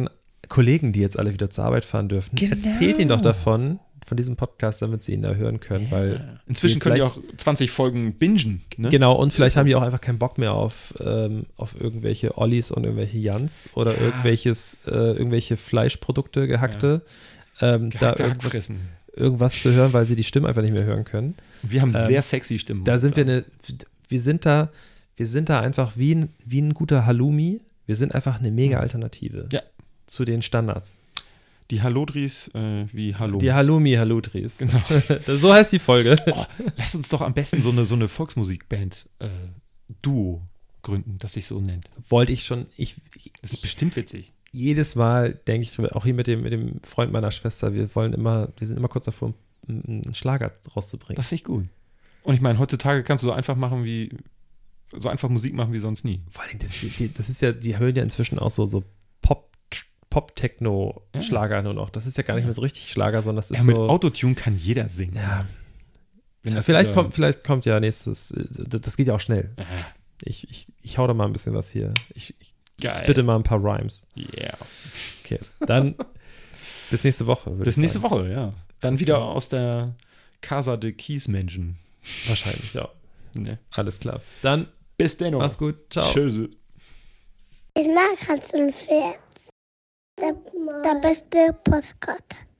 Kollegen, die jetzt alle wieder zur Arbeit fahren dürfen, Genau. erzählt ihnen doch davon, von diesem Podcast, damit sie ihn da hören können, weil Inzwischen die können die vielleicht- auch zwanzig Folgen bingen. Ne? Genau, und vielleicht Ist haben so. die auch einfach keinen Bock mehr auf, ähm, auf irgendwelche Ollis und irgendwelche Jans oder Ja. irgendwelches, äh, irgendwelche Fleischprodukte, gehackte, ähm, da Gehackte irgendwas, Hackfressen. irgendwas zu hören, weil sie die Stimme einfach nicht mehr hören können. Wir haben Ähm, sehr sexy Stimmen. Da muss sind ich wir sagen. eine, wir sind da, wir sind da einfach wie ein, wie ein guter Halloumi. Wir sind einfach eine mega Alternative Ja. zu den Standards. Die Hallodris äh, wie Hallo. Die Halloumi-Halludris. Genau. So heißt die Folge. Oh, lass uns doch am besten so eine, so eine Volksmusikband äh, Duo gründen, das sich so nennt. Wollte ich schon, ich, Das ist ich bestimmt witzig. jedes Mal denke ich drüber, auch hier mit dem, mit dem Freund meiner Schwester, wir wollen immer, wir sind immer kurz davor, einen einen Schlager rauszubringen. Das finde ich gut. Und ich meine, heutzutage kannst du so einfach machen wie, so einfach Musik machen wie sonst nie. Vor allem, das, die, die, das ist ja, die hören ja inzwischen auch so, so Pop, Pop-Techno-Schlager nur noch. Das ist ja gar nicht mehr so richtig Schlager, sondern das ist Ja, mit so. Autotune kann jeder singen. Ja, Wenn das vielleicht dieser- kommt, vielleicht kommt ja nächstes, äh, das das geht ja auch schnell. Ah, Ich, ich, ich hau da mal ein bisschen was hier. Ich, ich Geil. spitte mal ein paar Rhymes. Yeah. Okay, dann bis nächste Woche. würde Bis ich nächste sagen. Woche, ja. Dann wieder aus der Casa de Kiesmenschen. Wahrscheinlich, ja. Ne? Alles klar. Dann Bis dann. mach's gut. Ciao. Tschüss. Ich mag Hans und Pferd. Der, der beste Postkarte.